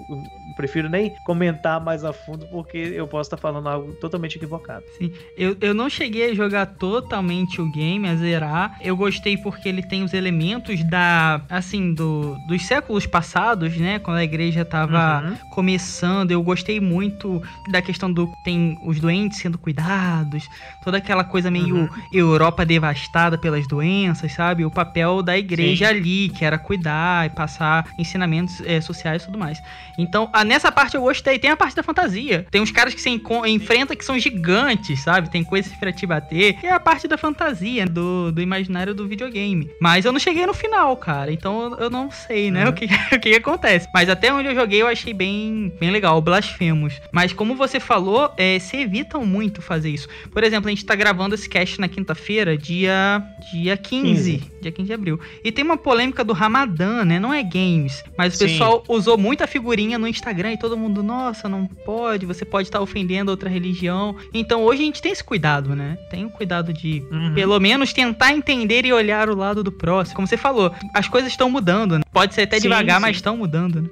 prefiro nem comentar mais a fundo, porque eu posso estar falando algo totalmente equivocado. Sim, eu não cheguei a jogar totalmente o game, a zerar. Eu gostei porque ele tem os elementos dos séculos passados, né? Quando a igreja tava começando. Eu gostei muito da questão tem os doentes sendo cuidados, toda aquela coisa meio Europa devastada pelas doenças, sabe? O papel da igreja ali, que era cuidar e passar ensinamentos sociais e tudo mais. Então, nessa parte eu gostei. Tem a parte da fantasia. Tem uns caras que você enfrenta que são gigantes, sabe? Tem coisas pra te bater. E é a parte da fantasia, do imaginário do videogame. Mas eu não cheguei no final, cara. Então eu não sei, né? O que acontece. Mas até onde eu joguei eu achei bem legal. O Blasphemous. Mas como você falou, se evitam muito fazer isso. Por exemplo, a gente tá gravando esse cast na quinta-feira, dia 15. Dia 15 de abril. E tem uma polêmica do Ramadã, né? Não é games. Mas o pessoal usou muita figurinha no Instagram e todo mundo, nossa, não pode, você pode estar ofendendo outra religião. Então hoje a gente tem esse cuidado, né? Tem o cuidado de, pelo menos, tentar entender e olhar o lado do próximo. Como você falou, as coisas estão mudando, né? Pode ser até devagar, mas estão mudando, né?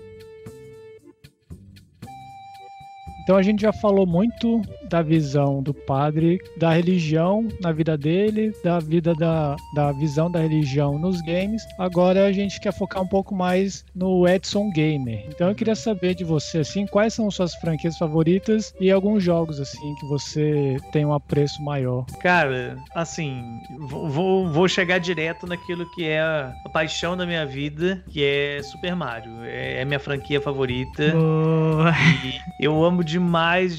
Então a gente já falou muito da visão do padre, da religião na vida dele, da visão da religião nos games. Agora a gente quer focar um pouco mais no Edson Gamer. Então eu queria saber de você, assim, quais são suas franquias favoritas e alguns jogos, assim, que você tem um apreço maior. Cara, assim, vou chegar direto naquilo que é a paixão da minha vida, que é Super Mario. É minha franquia favorita. E eu amo demais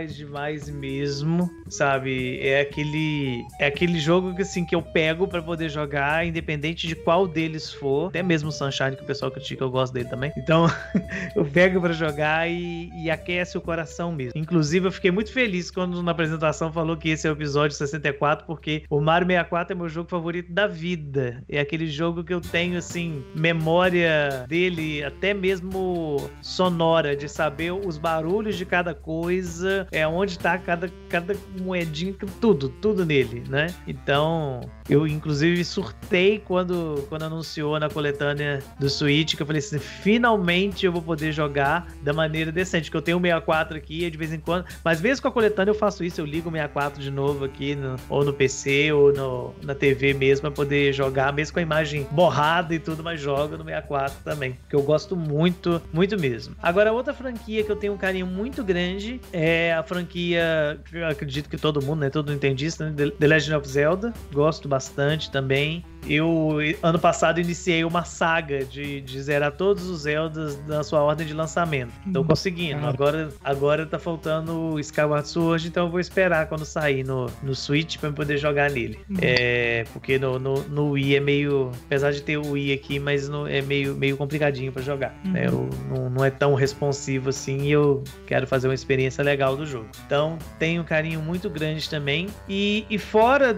mesmo, sabe? É aquele jogo que, assim, que eu pego pra poder jogar, independente de qual deles for. Até mesmo o Sunshine, que o pessoal critica, eu gosto dele também. Então, eu pego pra jogar e aquece o coração mesmo. Inclusive, eu fiquei muito feliz quando na apresentação falou que esse é o episódio 64, porque o Mario 64 é meu jogo favorito da vida. É aquele jogo que eu tenho, assim, memória dele, até mesmo sonora, de saber os barulhos de cada coisa, onde tá cada moedinha, tudo nele, né? Então, eu inclusive surtei quando anunciou na coletânea do Switch, que eu falei assim, finalmente eu vou poder jogar da maneira decente, que eu tenho o 64 aqui de vez em quando, mas mesmo com a coletânea eu faço isso, eu ligo o 64 de novo aqui, ou no PC, ou na TV mesmo, pra poder jogar, mesmo com a imagem borrada e tudo, mas jogo no 64 também, que eu gosto muito, muito mesmo. Agora, outra franquia que eu tenho um carinho muito grande é a franquia, eu acredito que todo mundo, né, todo entendista, né, The Legend of Zelda, gosto bastante também. Eu, ano passado, iniciei uma saga de zerar todos os Zeldas na sua ordem de lançamento. Tô conseguindo. Agora tá faltando o Skyward Sword, então eu vou esperar quando sair no Switch pra eu poder jogar nele. Porque no Wii é meio... Apesar de ter o Wii aqui, mas é meio complicadinho pra jogar. Né? Não é tão responsivo assim e eu quero fazer uma experiência legal do jogo. Então, tenho um carinho muito grande também. E fora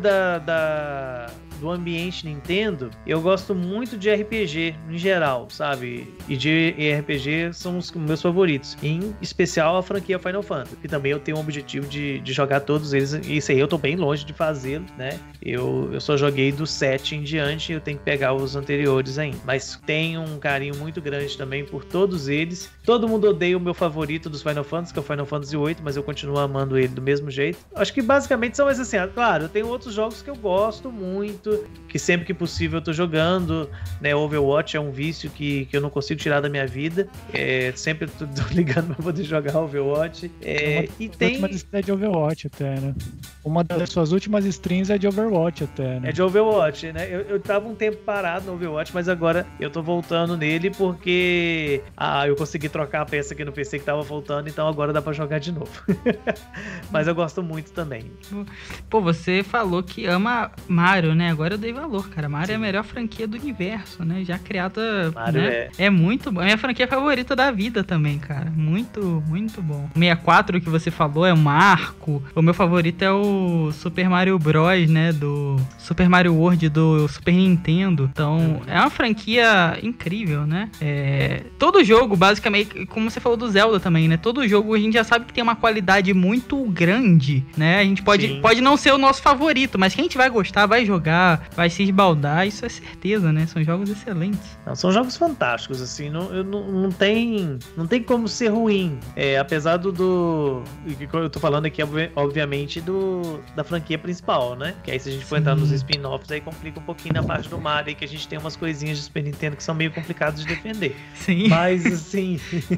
do ambiente Nintendo, eu gosto muito de RPG em geral, sabe? E de RPG são os meus favoritos. Em especial a franquia Final Fantasy, que também eu tenho o objetivo de jogar todos eles. Isso aí eu tô bem longe de fazê-lo, né? Eu só joguei do 7 em diante, eu tenho que pegar os anteriores ainda. Mas tenho um carinho muito grande também por todos eles. Todo mundo odeia o meu favorito dos Final Fantasy, que é o Final Fantasy VIII, mas eu continuo amando ele do mesmo jeito. Acho que basicamente são esses assim. Claro, eu tenho outros jogos que eu gosto muito, que sempre que possível eu tô jogando, né? Overwatch é um vício que eu não consigo tirar da minha vida. Sempre tô ligando pra poder jogar Overwatch. E tem... última stream é de Overwatch até, né? Uma das suas últimas streams é de Overwatch até, né? É de Overwatch, né? Eu tava um tempo parado no Overwatch, mas agora eu tô voltando nele porque eu consegui trocar a peça aqui no PC que tava faltando, então agora dá pra jogar de novo. Mas eu gosto muito também. Pô, você falou que ama Mario, né? Agora eu dei valor, cara. Mario é a melhor franquia do universo, né? Já criada, Mario, né? É muito bom. É a minha franquia favorita da vida também, cara. Muito, muito bom. O 64 que você falou é um marco. O meu favorito é o Super Mario Bros, né? Do Super Mario World do Super Nintendo. Então, é uma franquia incrível, né? Todo jogo, basicamente, como você falou do Zelda também, né? Todo jogo a gente já sabe que tem uma qualidade muito grande, né? A gente pode não ser o nosso favorito, mas quem a gente vai gostar, vai jogar, jogar, vai se esbaldar, isso é certeza, né? São jogos excelentes. Não, são jogos fantásticos, assim, não tem como ser ruim. Apesar do que eu tô falando aqui, obviamente, da franquia principal, né? Que aí se a gente for entrar nos spin-offs, aí complica um pouquinho na parte do Mario, aí que a gente tem umas coisinhas de Super Nintendo que são meio complicadas de defender. Sim. Mas, assim,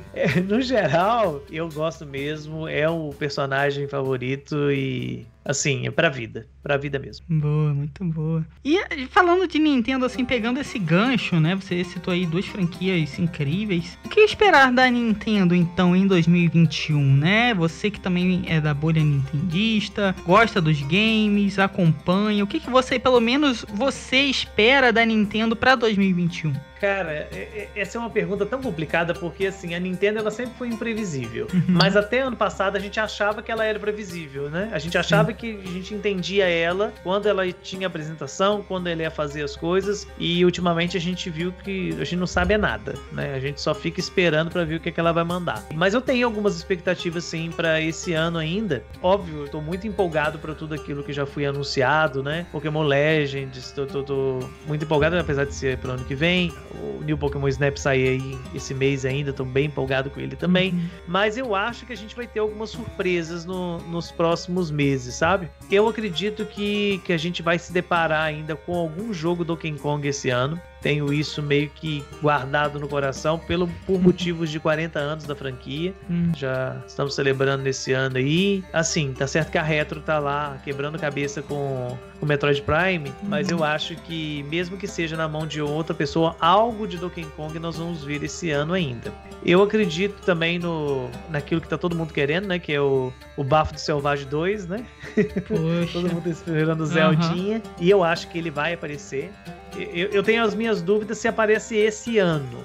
no geral, eu gosto mesmo, é o personagem favorito e... assim, é pra vida mesmo. Boa, muito boa. E falando de Nintendo, assim, pegando esse gancho, né? Você citou aí 2 franquias incríveis. O que esperar da Nintendo, então, em 2021, né? Você que também é da bolha nintendista, gosta dos games, acompanha. O que você, pelo menos, você espera da Nintendo pra 2021? Cara, essa é uma pergunta tão complicada porque, assim, a Nintendo ela sempre foi imprevisível. Mas até ano passado a gente achava que ela era previsível, né? A gente achava que a gente entendia ela quando ela tinha apresentação, quando ela ia fazer as coisas, e ultimamente a gente viu que a gente não sabe nada, né? A gente só fica esperando pra ver o que ela vai mandar. Mas eu tenho algumas expectativas, sim, pra esse ano ainda. Óbvio, eu tô muito empolgado pra tudo aquilo que já foi anunciado, né? Pokémon Legends, tô muito empolgado, apesar de ser pro ano que vem. O New Pokémon Snap sai aí esse mês ainda, tô bem empolgado com ele também. Mas eu acho que a gente vai ter algumas surpresas nos próximos meses, sabe? Eu acredito que a gente vai se deparar ainda com algum jogo do Donkey Kong esse ano. Tenho isso meio que guardado no coração por motivos de 40 anos da franquia. Já estamos celebrando nesse ano aí. Assim, tá certo que a Retro tá lá quebrando cabeça com o Metroid Prime, mas eu acho que mesmo que seja na mão de outra pessoa, algo de Donkey Kong nós vamos ver esse ano ainda. Eu acredito também naquilo que tá todo mundo querendo, né? Que é o Bafo do Selvagem 2, né? Poxa. Todo mundo esperando o Zeldinha. E eu acho que ele vai aparecer. Eu tenho as minhas dúvidas se aparece esse ano,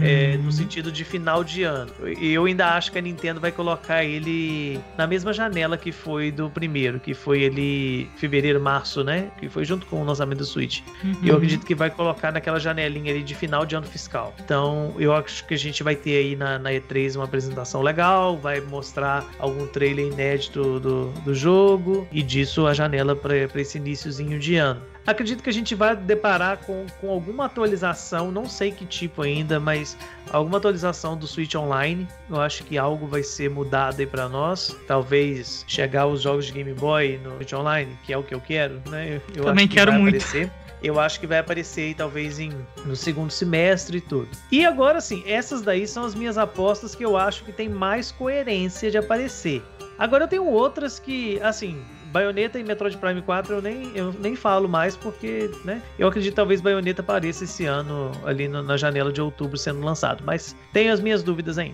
no sentido de final de ano. Eu ainda acho que a Nintendo vai colocar ele na mesma janela que foi do primeiro, que foi ele fevereiro, março, né? Que foi junto com o lançamento do Switch. Eu acredito que vai colocar naquela janelinha ali de final de ano fiscal. Então, eu acho que a gente vai ter aí na E3 uma apresentação legal, vai mostrar algum trailer inédito do jogo, e disso a janela para esse iniciozinho de ano. Acredito que a gente vai deparar com alguma atualização, não sei que tipo ainda, mas alguma atualização do Switch Online. Eu acho que algo vai ser mudado aí pra nós. Talvez chegar os jogos de Game Boy no Switch Online, que é o que eu quero, né? Eu também acho que quero vai muito. Aparecer. Eu acho que vai aparecer aí, talvez no segundo semestre e tudo. E agora sim, essas daí são as minhas apostas que eu acho que tem mais coerência de aparecer. Agora eu tenho outras que, assim... Bayonetta e Metroid Prime 4 eu nem falo mais porque, né? Eu acredito que talvez Bayonetta apareça esse ano ali na janela de outubro sendo lançado, mas tenho as minhas dúvidas ainda.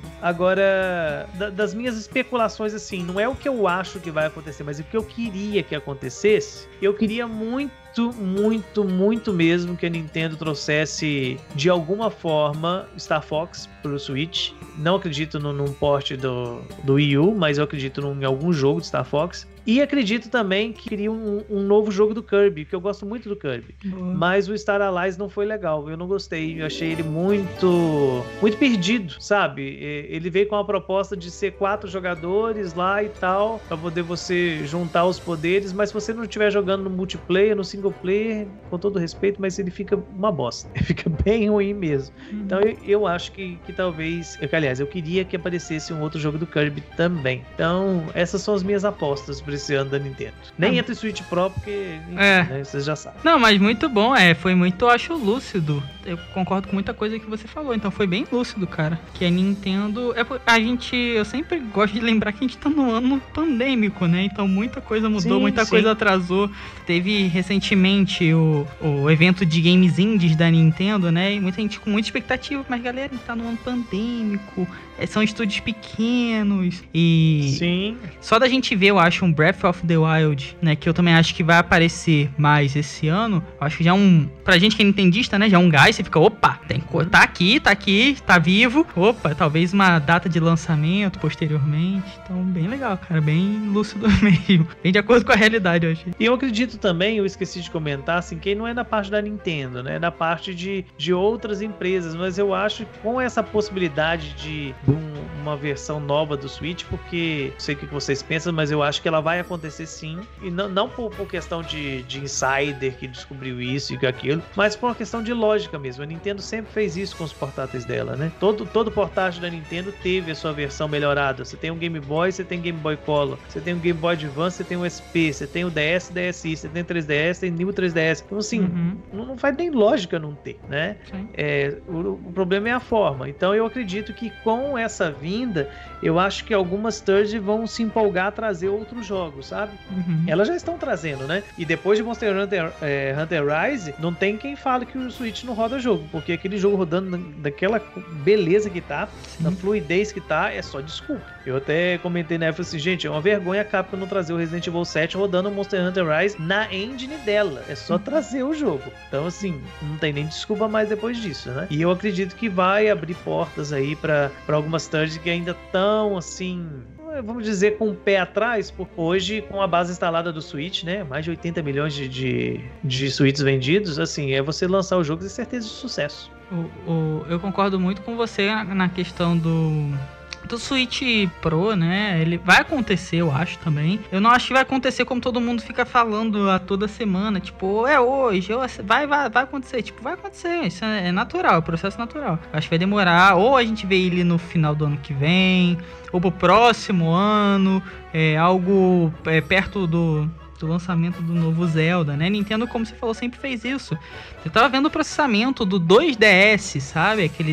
Agora, das minhas especulações, assim, não é o que eu acho que vai acontecer, mas o que eu queria que acontecesse. Eu queria muito mesmo que a Nintendo trouxesse de alguma forma Star Fox pro Switch. Não acredito num port do Wii U, mas eu acredito em algum jogo de Star Fox. E acredito também que queria um novo jogo do Kirby, que eu gosto muito do Kirby. Mas o Star Allies não foi legal, eu não gostei. Eu achei ele muito perdido, sabe? Ele veio com a proposta de ser 4 jogadores lá e tal, pra poder você juntar os poderes, mas se você não estiver jogando no multiplayer, no single player, com todo respeito, mas ele fica uma bosta. Ele fica bem ruim mesmo. Então eu acho que talvez... Aliás, eu queria que aparecesse um outro jogo do Kirby também. Então, essas são as minhas apostas pra esse ano da Nintendo. Nem entra em Switch Pro, porque enfim, né, vocês já sabem. Não, mas muito bom, foi muito, eu acho, lúcido. Eu concordo com muita coisa que você falou, então foi bem lúcido, cara. Que a Nintendo... eu sempre gosto de lembrar que a gente tá no ano pandêmico, né? Então muita coisa mudou, muita coisa atrasou. Teve recentemente o evento de games indies da Nintendo, né? E muita gente com muita expectativa, mas galera, a gente tá no ano pandêmico, são estúdios pequenos e... Sim. Só da gente ver, eu acho, um Breath of the Wild, né? Que eu também acho que vai aparecer mais esse ano. Eu acho que já pra gente que é nintendista, né? Já um gás, você fica, opa, tá aqui, tá vivo. Opa, talvez uma data de lançamento posteriormente. Então, bem legal, cara. Bem lúcido mesmo. Bem de acordo com a realidade, eu achei. E eu acredito também, eu esqueci de comentar, assim, que não é na parte da Nintendo, né? É na parte de outras empresas. Mas eu acho que com essa possibilidade de um uma versão nova do Switch, porque não sei o que vocês pensam, mas eu acho que ela vai acontecer sim, e não por questão de insider que descobriu isso e aquilo, mas por uma questão de lógica mesmo. A Nintendo sempre fez isso com os portáteis dela, né? Todo portátil da Nintendo teve a sua versão melhorada. Você tem um Game Boy, você tem Game Boy Color, você tem um Game Boy Advance, você tem um SP, você tem o DS, DSi, você tem 3DS, tem New 3DS. Então assim, não faz nem lógica não ter, né? O problema é a forma. Então eu acredito que com essa vinda, eu acho que algumas third vão se empolgar a trazer outros jogos, sabe? Elas já estão trazendo, né? E depois de Monster Hunter Rise, não tem quem fale que o Switch não roda jogo, porque aquele jogo rodando daquela beleza que tá, na fluidez que tá, é só desculpa. Eu até comentei na época assim, gente, é uma vergonha a Capcom não trazer o Resident Evil 7 rodando o Monster Hunter Rise na engine dela. É só trazer o jogo. Então, assim, não tem nem desculpa mais depois disso, né? E eu acredito que vai abrir portas aí pra algumas thirds que ainda estão, assim, vamos dizer, com o pé atrás, porque hoje, com a base instalada do Switch, né, mais de 80 milhões de Switches vendidos, assim, é você lançar o jogo de certeza de sucesso. Eu concordo muito com você na questão do Switch Pro, né? Ele vai acontecer, eu acho também. Eu não acho que vai acontecer como todo mundo fica falando a toda semana, tipo, é hoje, vai acontecer, tipo, vai acontecer, isso é natural, é processo natural. Acho que vai demorar, ou a gente vê ele no final do ano que vem, ou pro próximo ano, algo perto do lançamento do novo Zelda, né? Nintendo, como você falou, sempre fez isso. Eu tava vendo o processamento do 2DS, sabe? Aquele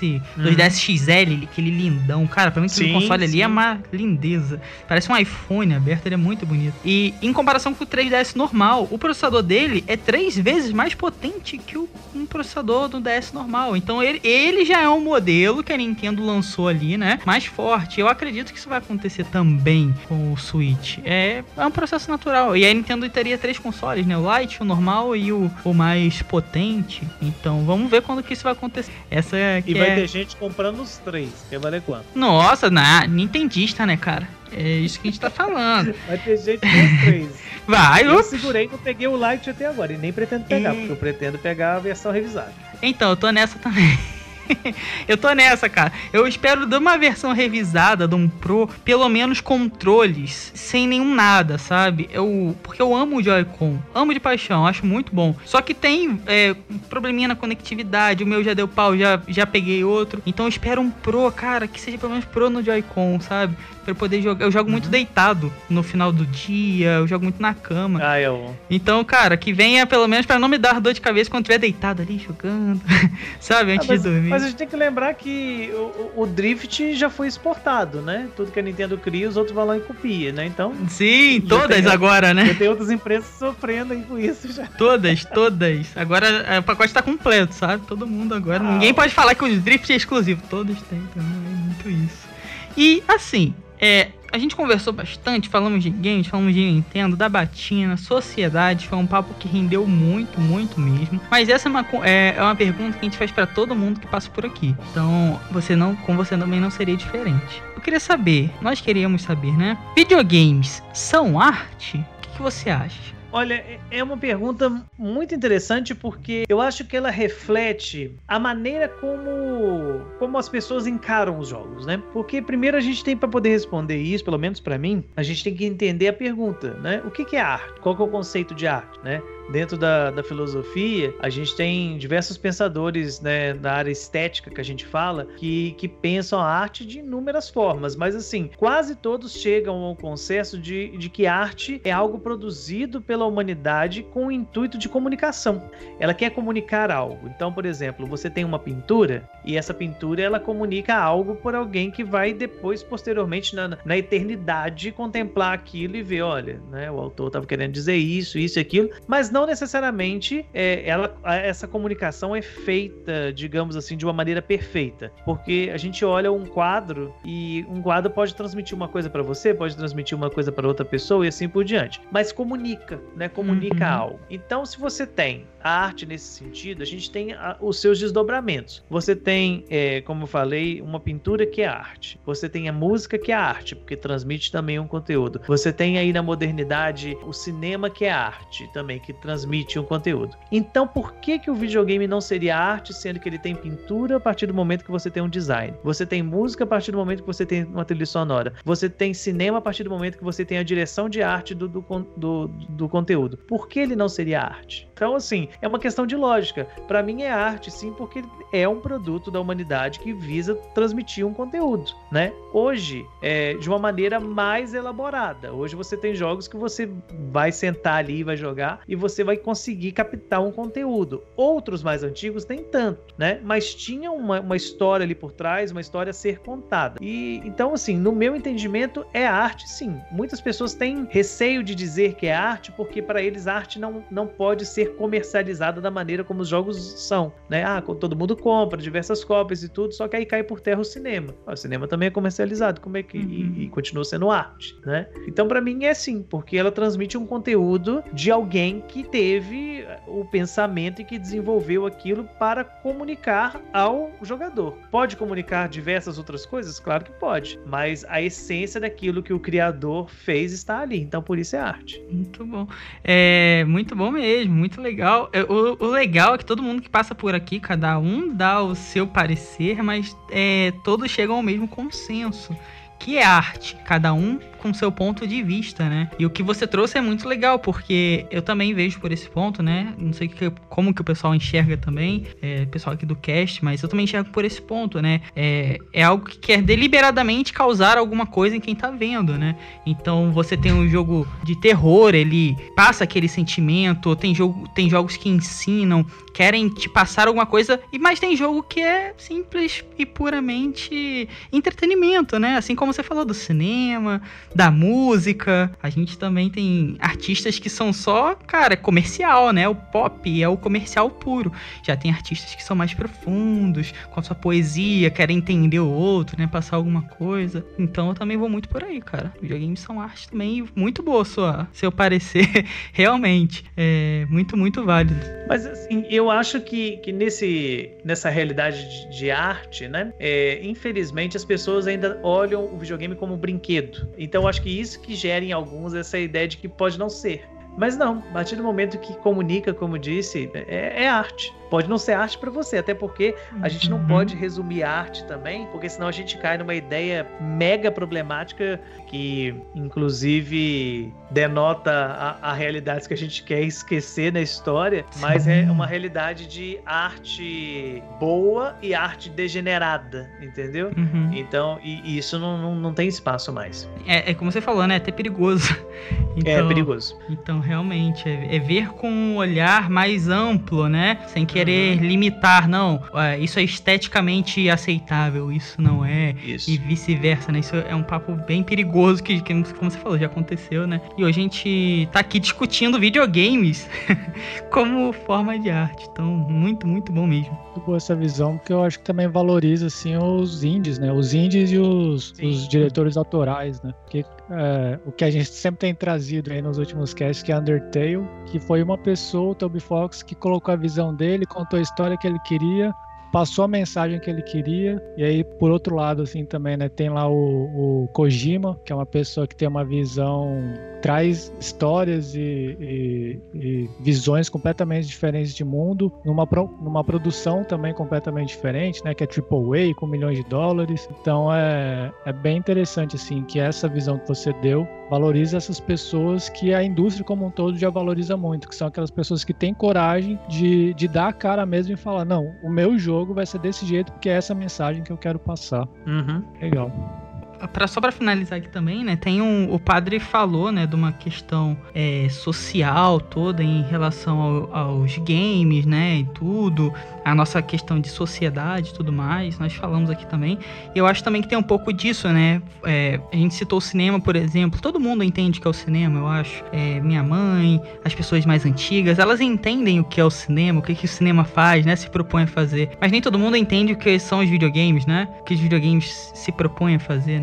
2DS XL, aquele lindão. Cara, pra mim aquele console ali é uma lindeza. Parece um iPhone aberto, ele é muito bonito. E em comparação com o 3DS normal, o processador dele é 3 vezes mais potente que um processador do DS normal. Então ele já é um modelo que a Nintendo lançou ali, né? Mais forte. Eu acredito que isso vai acontecer também com o Switch. É um processo natural. E a Nintendo teria 3 consoles, né? O Lite, o normal e o mais potente. Então, vamos ver quando que isso vai acontecer. E vai ter gente comprando os 3. Quer valer quanto? Nossa, nintendista, né, cara? É isso que a gente tá falando. Vai ter gente com os 3. Vai, eu segurei, não peguei o Lite até agora. E nem pretendo pegar, porque eu pretendo pegar a versão revisada. Então, eu tô nessa também. Eu tô nessa, cara. Eu espero de uma versão revisada, de um Pro, pelo menos controles, sem nenhum nada, sabe? Porque eu amo o Joy-Con, amo de paixão, acho muito bom. Só que tem um probleminha na conectividade, o meu já deu pau, já peguei outro. Então eu espero um Pro, cara, que seja pelo menos Pro no Joy-Con, sabe? Pra eu poder jogar. Eu jogo muito deitado no final do dia, eu jogo muito na cama. Então, cara, que venha pelo menos pra não me dar dor de cabeça quando estiver deitado ali jogando, sabe? Antes de dormir. Mas a gente tem que lembrar que o Drift já foi exportado, né? Tudo que a Nintendo cria, os outros vão lá e copiam, né? Então. Sim, todas agora, né? Tem outras empresas sofrendo aí com isso já. Todas. Agora o pacote tá completo, sabe? Todo mundo agora. Ninguém pode falar que o Drift é exclusivo. Todos têm também, é muito isso. E assim. A gente conversou bastante, falamos de games, falamos de Nintendo, da Batina, sociedade, foi um papo que rendeu muito, muito mesmo. Mas essa é uma pergunta que a gente faz pra todo mundo que passa por aqui. Então, com você também não seria diferente. Eu queria saber, nós queríamos saber, né? Videogames são arte? O que você acha? Olha, é uma pergunta muito interessante porque eu acho que ela reflete a maneira como as pessoas encaram os jogos, né? Porque primeiro a gente tem, para poder responder isso, pelo menos para mim, a gente tem que entender a pergunta, né? O que é arte? Qual que é o conceito de arte, né? Dentro da filosofia, a gente tem diversos pensadores, né, da área estética que a gente fala, que pensam a arte de inúmeras formas, mas assim, quase todos chegam ao consenso de que arte é algo produzido pela humanidade com o intuito de comunicação. Ela quer comunicar algo. Então, por exemplo, você tem uma pintura e essa pintura ela comunica algo por alguém que vai depois, posteriormente, na eternidade, contemplar aquilo e ver, olha, né, o autor estava querendo dizer isso e aquilo, mas não necessariamente essa comunicação é feita, digamos assim, de uma maneira perfeita, porque a gente olha um quadro e um quadro pode transmitir uma coisa para você, pode transmitir uma coisa para outra pessoa e assim por diante, mas comunica, né? Comunica algo. Então, se você tem a arte nesse sentido, a gente tem os seus desdobramentos. Você tem, como eu falei, uma pintura que é arte. Você tem a música que é arte, porque transmite também um conteúdo. Você tem aí na modernidade o cinema que é arte também, que transmite um conteúdo. Então, por que o videogame não seria arte, sendo que ele tem pintura a partir do momento que você tem um design? Você tem música a partir do momento que você tem uma trilha sonora. Você tem cinema a partir do momento que você tem a direção de arte do conteúdo. Por que ele não seria arte? Então, assim, é uma questão de lógica. Para mim é arte, sim, porque é um produto da humanidade que visa transmitir um conteúdo, né? Hoje, de uma maneira mais elaborada. Hoje você tem jogos que você vai sentar ali, vai jogar e você vai conseguir captar um conteúdo. Outros mais antigos nem tanto, né? Mas tinha uma história ali por trás, uma história a ser contada. E então, assim, no meu entendimento, é arte, sim. Muitas pessoas têm receio de dizer que é arte, porque para eles a arte não pode ser comercializada da maneira como os jogos são, né? Todo mundo compra diversas cópias e tudo, só que aí cai por terra o cinema. O cinema também é comercializado, como é que e continua sendo arte, né? Então, para mim é sim, porque ela transmite um conteúdo de alguém que teve o pensamento e que desenvolveu aquilo para comunicar ao jogador. Pode comunicar diversas outras coisas? Claro que pode, mas a essência daquilo que o criador fez está ali, então por isso é arte. Muito bom. Muito bom mesmo, muito legal. O legal é que todo mundo que passa por aqui, cada um dá o seu parecer, mas todos chegam ao mesmo consenso, que é arte, cada um com seu ponto de vista, né? E o que você trouxe é muito legal, porque eu também vejo por esse ponto, né? Não sei como que o pessoal enxerga também, pessoal aqui do cast, mas eu também enxergo por esse ponto, né? É algo que quer deliberadamente causar alguma coisa em quem tá vendo, né? Então você tem um jogo de terror, ele passa aquele sentimento, tem jogos que ensinam, querem te passar alguma coisa, mas tem jogo que é simples e puramente entretenimento, né? Assim como você falou do cinema, da música, a gente também tem artistas que são só, cara, comercial, né? O pop é o comercial puro. Já tem artistas que são mais profundos, com a sua poesia, querem entender o outro, né? Passar alguma coisa. Então eu também vou muito por aí, cara. Videogames são arte também, muito boa seu parecer, realmente. É muito, muito válido. Mas assim, eu acho que nessa realidade de arte, né? Infelizmente as pessoas ainda olham o videogame como um brinquedo. Então eu acho que isso que gera em alguns essa ideia de que pode não ser. Mas não, a partir do momento que comunica, como disse, é arte. Pode não ser arte para você, até porque a gente não pode resumir arte também, porque senão a gente cai numa ideia mega problemática que, inclusive, denota a realidade que a gente quer esquecer na história, mas é uma realidade de arte boa e arte degenerada, entendeu? Então, e isso não tem espaço mais. É como você falou, né? É até perigoso. Então, é perigoso. Então, realmente, é ver com um olhar mais amplo, né? Sem querer limitar, não, isso é esteticamente aceitável, isso não é, isso. E vice-versa, né? Isso é um papo bem perigoso que, como você falou, já aconteceu, né? E hoje a gente tá aqui discutindo videogames como forma de arte, então muito, muito bom mesmo. Muito boa essa visão, porque eu acho que também valoriza, assim, os indies, né? Os indies e os diretores autorais, né? Porque o que a gente sempre tem trazido aí nos últimos casts, que é Undertale, que foi uma pessoa, o Toby Fox, que colocou a visão dele, contou a história que ele queria, passou a mensagem que ele queria. E aí, por outro lado, assim, também, né, tem lá o Kojima, que é uma pessoa que tem uma visão, traz histórias e visões completamente diferentes de mundo, numa produção também completamente diferente, né, que é AAA, com $milhões. Então é bem interessante, assim, que essa visão que você deu valoriza essas pessoas que a indústria como um todo já valoriza muito, que são aquelas pessoas que têm coragem de dar a cara mesmo e falar, não, o meu jogo vai ser desse jeito porque é essa mensagem que eu quero passar. Legal. Só para finalizar aqui também, né, o padre falou, né, de uma questão social toda em relação aos games, né, e tudo, a nossa questão de sociedade e tudo mais, nós falamos aqui também, e eu acho também que tem um pouco disso, né, a gente citou o cinema, por exemplo, todo mundo entende o que é o cinema, eu acho, minha mãe, as pessoas mais antigas, elas entendem o que é o cinema, o que o cinema faz, né, se propõe a fazer, mas nem todo mundo entende o que são os videogames, né, o que os videogames se propõem a fazer, né.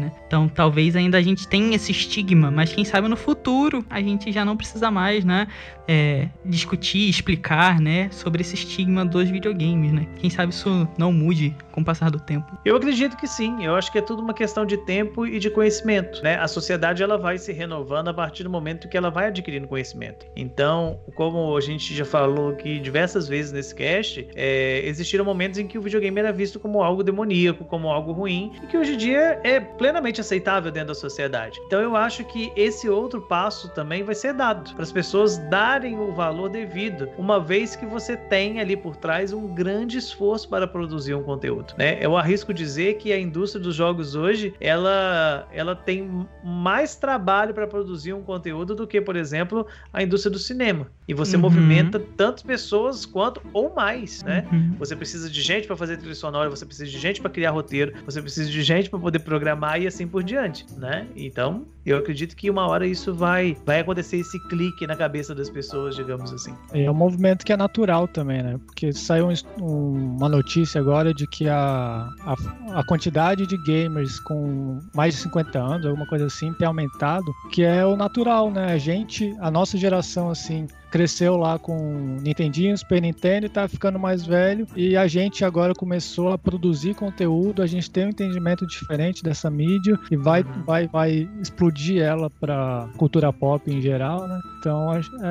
né? Então talvez ainda a gente tenha esse estigma, mas quem sabe no futuro a gente já não precisa mais, né? Discutir, explicar, né? Sobre esse estigma dos videogames, né? Quem sabe isso não mude com o passar do tempo. Eu acredito que sim, eu acho que é tudo uma questão de tempo e de conhecimento, né? A sociedade ela vai se renovando a partir do momento que ela vai adquirindo conhecimento. Então, como a gente já falou aqui diversas vezes nesse cast, existiram momentos em que o videogame era visto como algo demoníaco, como algo ruim, e que hoje em dia é plenamente aceitável dentro da sociedade. Então eu acho que esse outro passo também vai ser dado, para as pessoas darem o valor devido, uma vez que você tem ali por trás um grande esforço para produzir um conteúdo, né? Eu arrisco dizer que a indústria dos jogos hoje, ela tem mais trabalho para produzir um conteúdo do que, por exemplo, a indústria do cinema. E você movimenta tantas pessoas quanto ou mais, né? Você precisa de gente para fazer trilha sonora, você precisa de gente para criar roteiro, você precisa de gente para poder programar e assim por diante, né? Então, eu acredito que uma hora isso vai acontecer, esse clique na cabeça das pessoas, digamos assim. É um movimento que é natural também, né? Porque saiu uma notícia agora de que a quantidade de gamers com mais de 50 anos, alguma coisa assim, tem aumentado, que é o natural, né? A nossa geração, assim, cresceu lá com Nintendinho, Super Nintendo e tá ficando mais velho, e a gente agora começou a produzir conteúdo, a gente tem um entendimento diferente dessa mídia e vai explodir ela pra cultura pop em geral, né? Então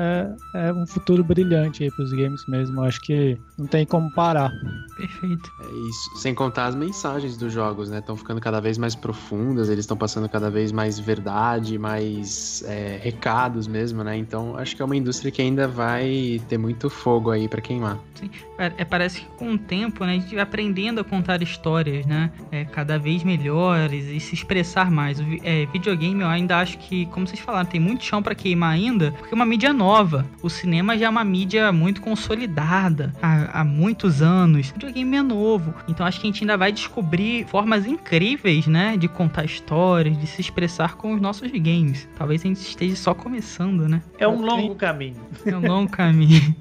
é um futuro brilhante aí pros games mesmo, acho que não tem como parar. Perfeito. É isso, sem contar as mensagens dos jogos, né? Estão ficando cada vez mais profundas, eles estão passando cada vez mais verdade, mais recados mesmo, né? Então acho que é uma indústria que ainda vai ter muito fogo aí pra queimar. Sim. Parece que com o tempo, né, a gente vai aprendendo a contar histórias, né? Cada vez melhores e se expressar mais. Videogame eu ainda acho que, como vocês falaram, tem muito chão pra queimar ainda, porque é uma mídia nova. O cinema já é uma mídia muito consolidada há muitos anos. O videogame é novo. Então acho que a gente ainda vai descobrir formas incríveis, né, de contar histórias, de se expressar com os nossos games. Talvez a gente esteja só começando, né? É um longo caminho. É um longo caminho.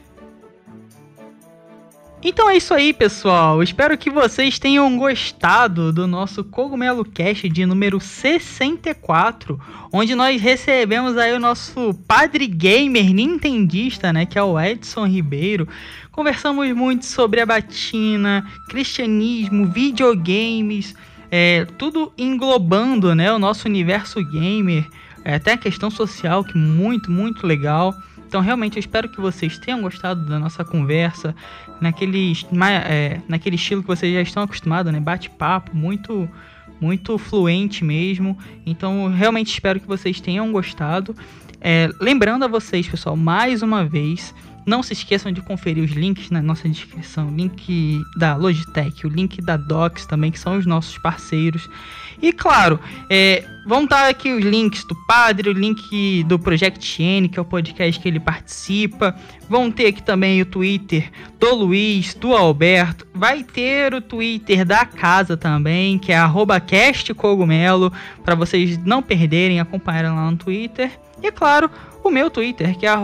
Então é isso aí, pessoal. Espero que vocês tenham gostado do nosso Cogumelo Cast de número 64, onde nós recebemos aí o nosso padre gamer nintendista, né, que é o Edson Ribeiro. Conversamos muito sobre a batina, cristianismo, videogames, tudo englobando, né, o nosso universo gamer, até a questão social, que é muito, muito legal. Então, realmente, eu espero que vocês tenham gostado da nossa conversa, naquele estilo que vocês já estão acostumados, né? Bate-papo, muito, muito fluente mesmo. Então, eu realmente espero que vocês tenham gostado. Lembrando a vocês, pessoal, mais uma vez, não se esqueçam de conferir os links na nossa descrição. O link da Logitech, o link da Docs também, que são os nossos parceiros. E claro, vão estar aqui os links do Padre, o link do Project N, que é o podcast que ele participa. Vão ter aqui também o Twitter do Luiz, do Alberto. Vai ter o Twitter da casa também, que é @castcogumelo, para vocês não perderem, acompanharem lá no Twitter. E claro, o meu Twitter, que é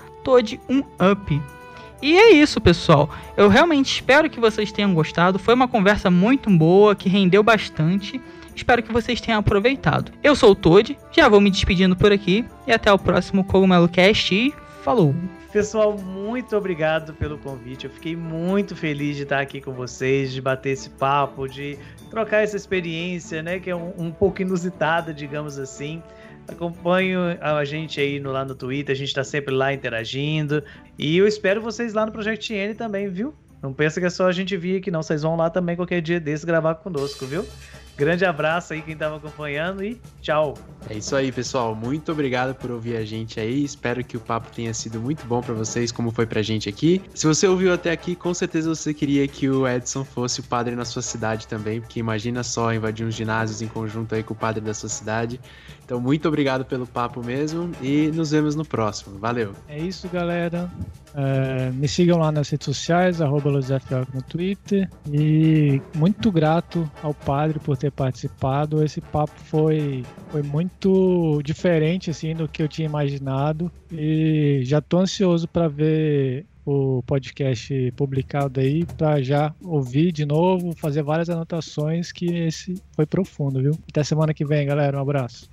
@tod1up. E é isso, pessoal. Eu realmente espero que vocês tenham gostado. Foi uma conversa muito boa, que rendeu bastante. Espero que vocês tenham aproveitado. Eu sou o Todd, já vou me despedindo por aqui. E até o próximo Cogumelo Cast e falou! Pessoal, muito obrigado pelo convite. Eu fiquei muito feliz de estar aqui com vocês, de bater esse papo, de trocar essa experiência, né, que é um pouco inusitada, digamos assim. Acompanho a gente aí lá no Twitter, a gente tá sempre lá interagindo. E eu espero vocês lá no Project N também, viu? Não pensa que é só a gente vir aqui não, vocês vão lá também qualquer dia desse gravar conosco, viu? Grande abraço aí quem tava acompanhando e tchau! É isso aí, pessoal. Muito obrigado por ouvir a gente aí. Espero que o papo tenha sido muito bom pra vocês, como foi pra gente aqui. Se você ouviu até aqui, com certeza você queria que o Edson fosse o padre na sua cidade também, porque imagina só invadir uns ginásios em conjunto aí com o padre da sua cidade. Então, muito obrigado pelo papo mesmo e nos vemos no próximo. Valeu! É isso, galera. Me sigam lá nas redes sociais, @LuizFioc no Twitter. E muito grato ao padre por ter participado. Esse papo foi muito diferente assim do que eu tinha imaginado. E já tô ansioso para ver o podcast publicado aí para já ouvir de novo, fazer várias anotações, que esse foi profundo, viu? Até semana que vem, galera. Um abraço.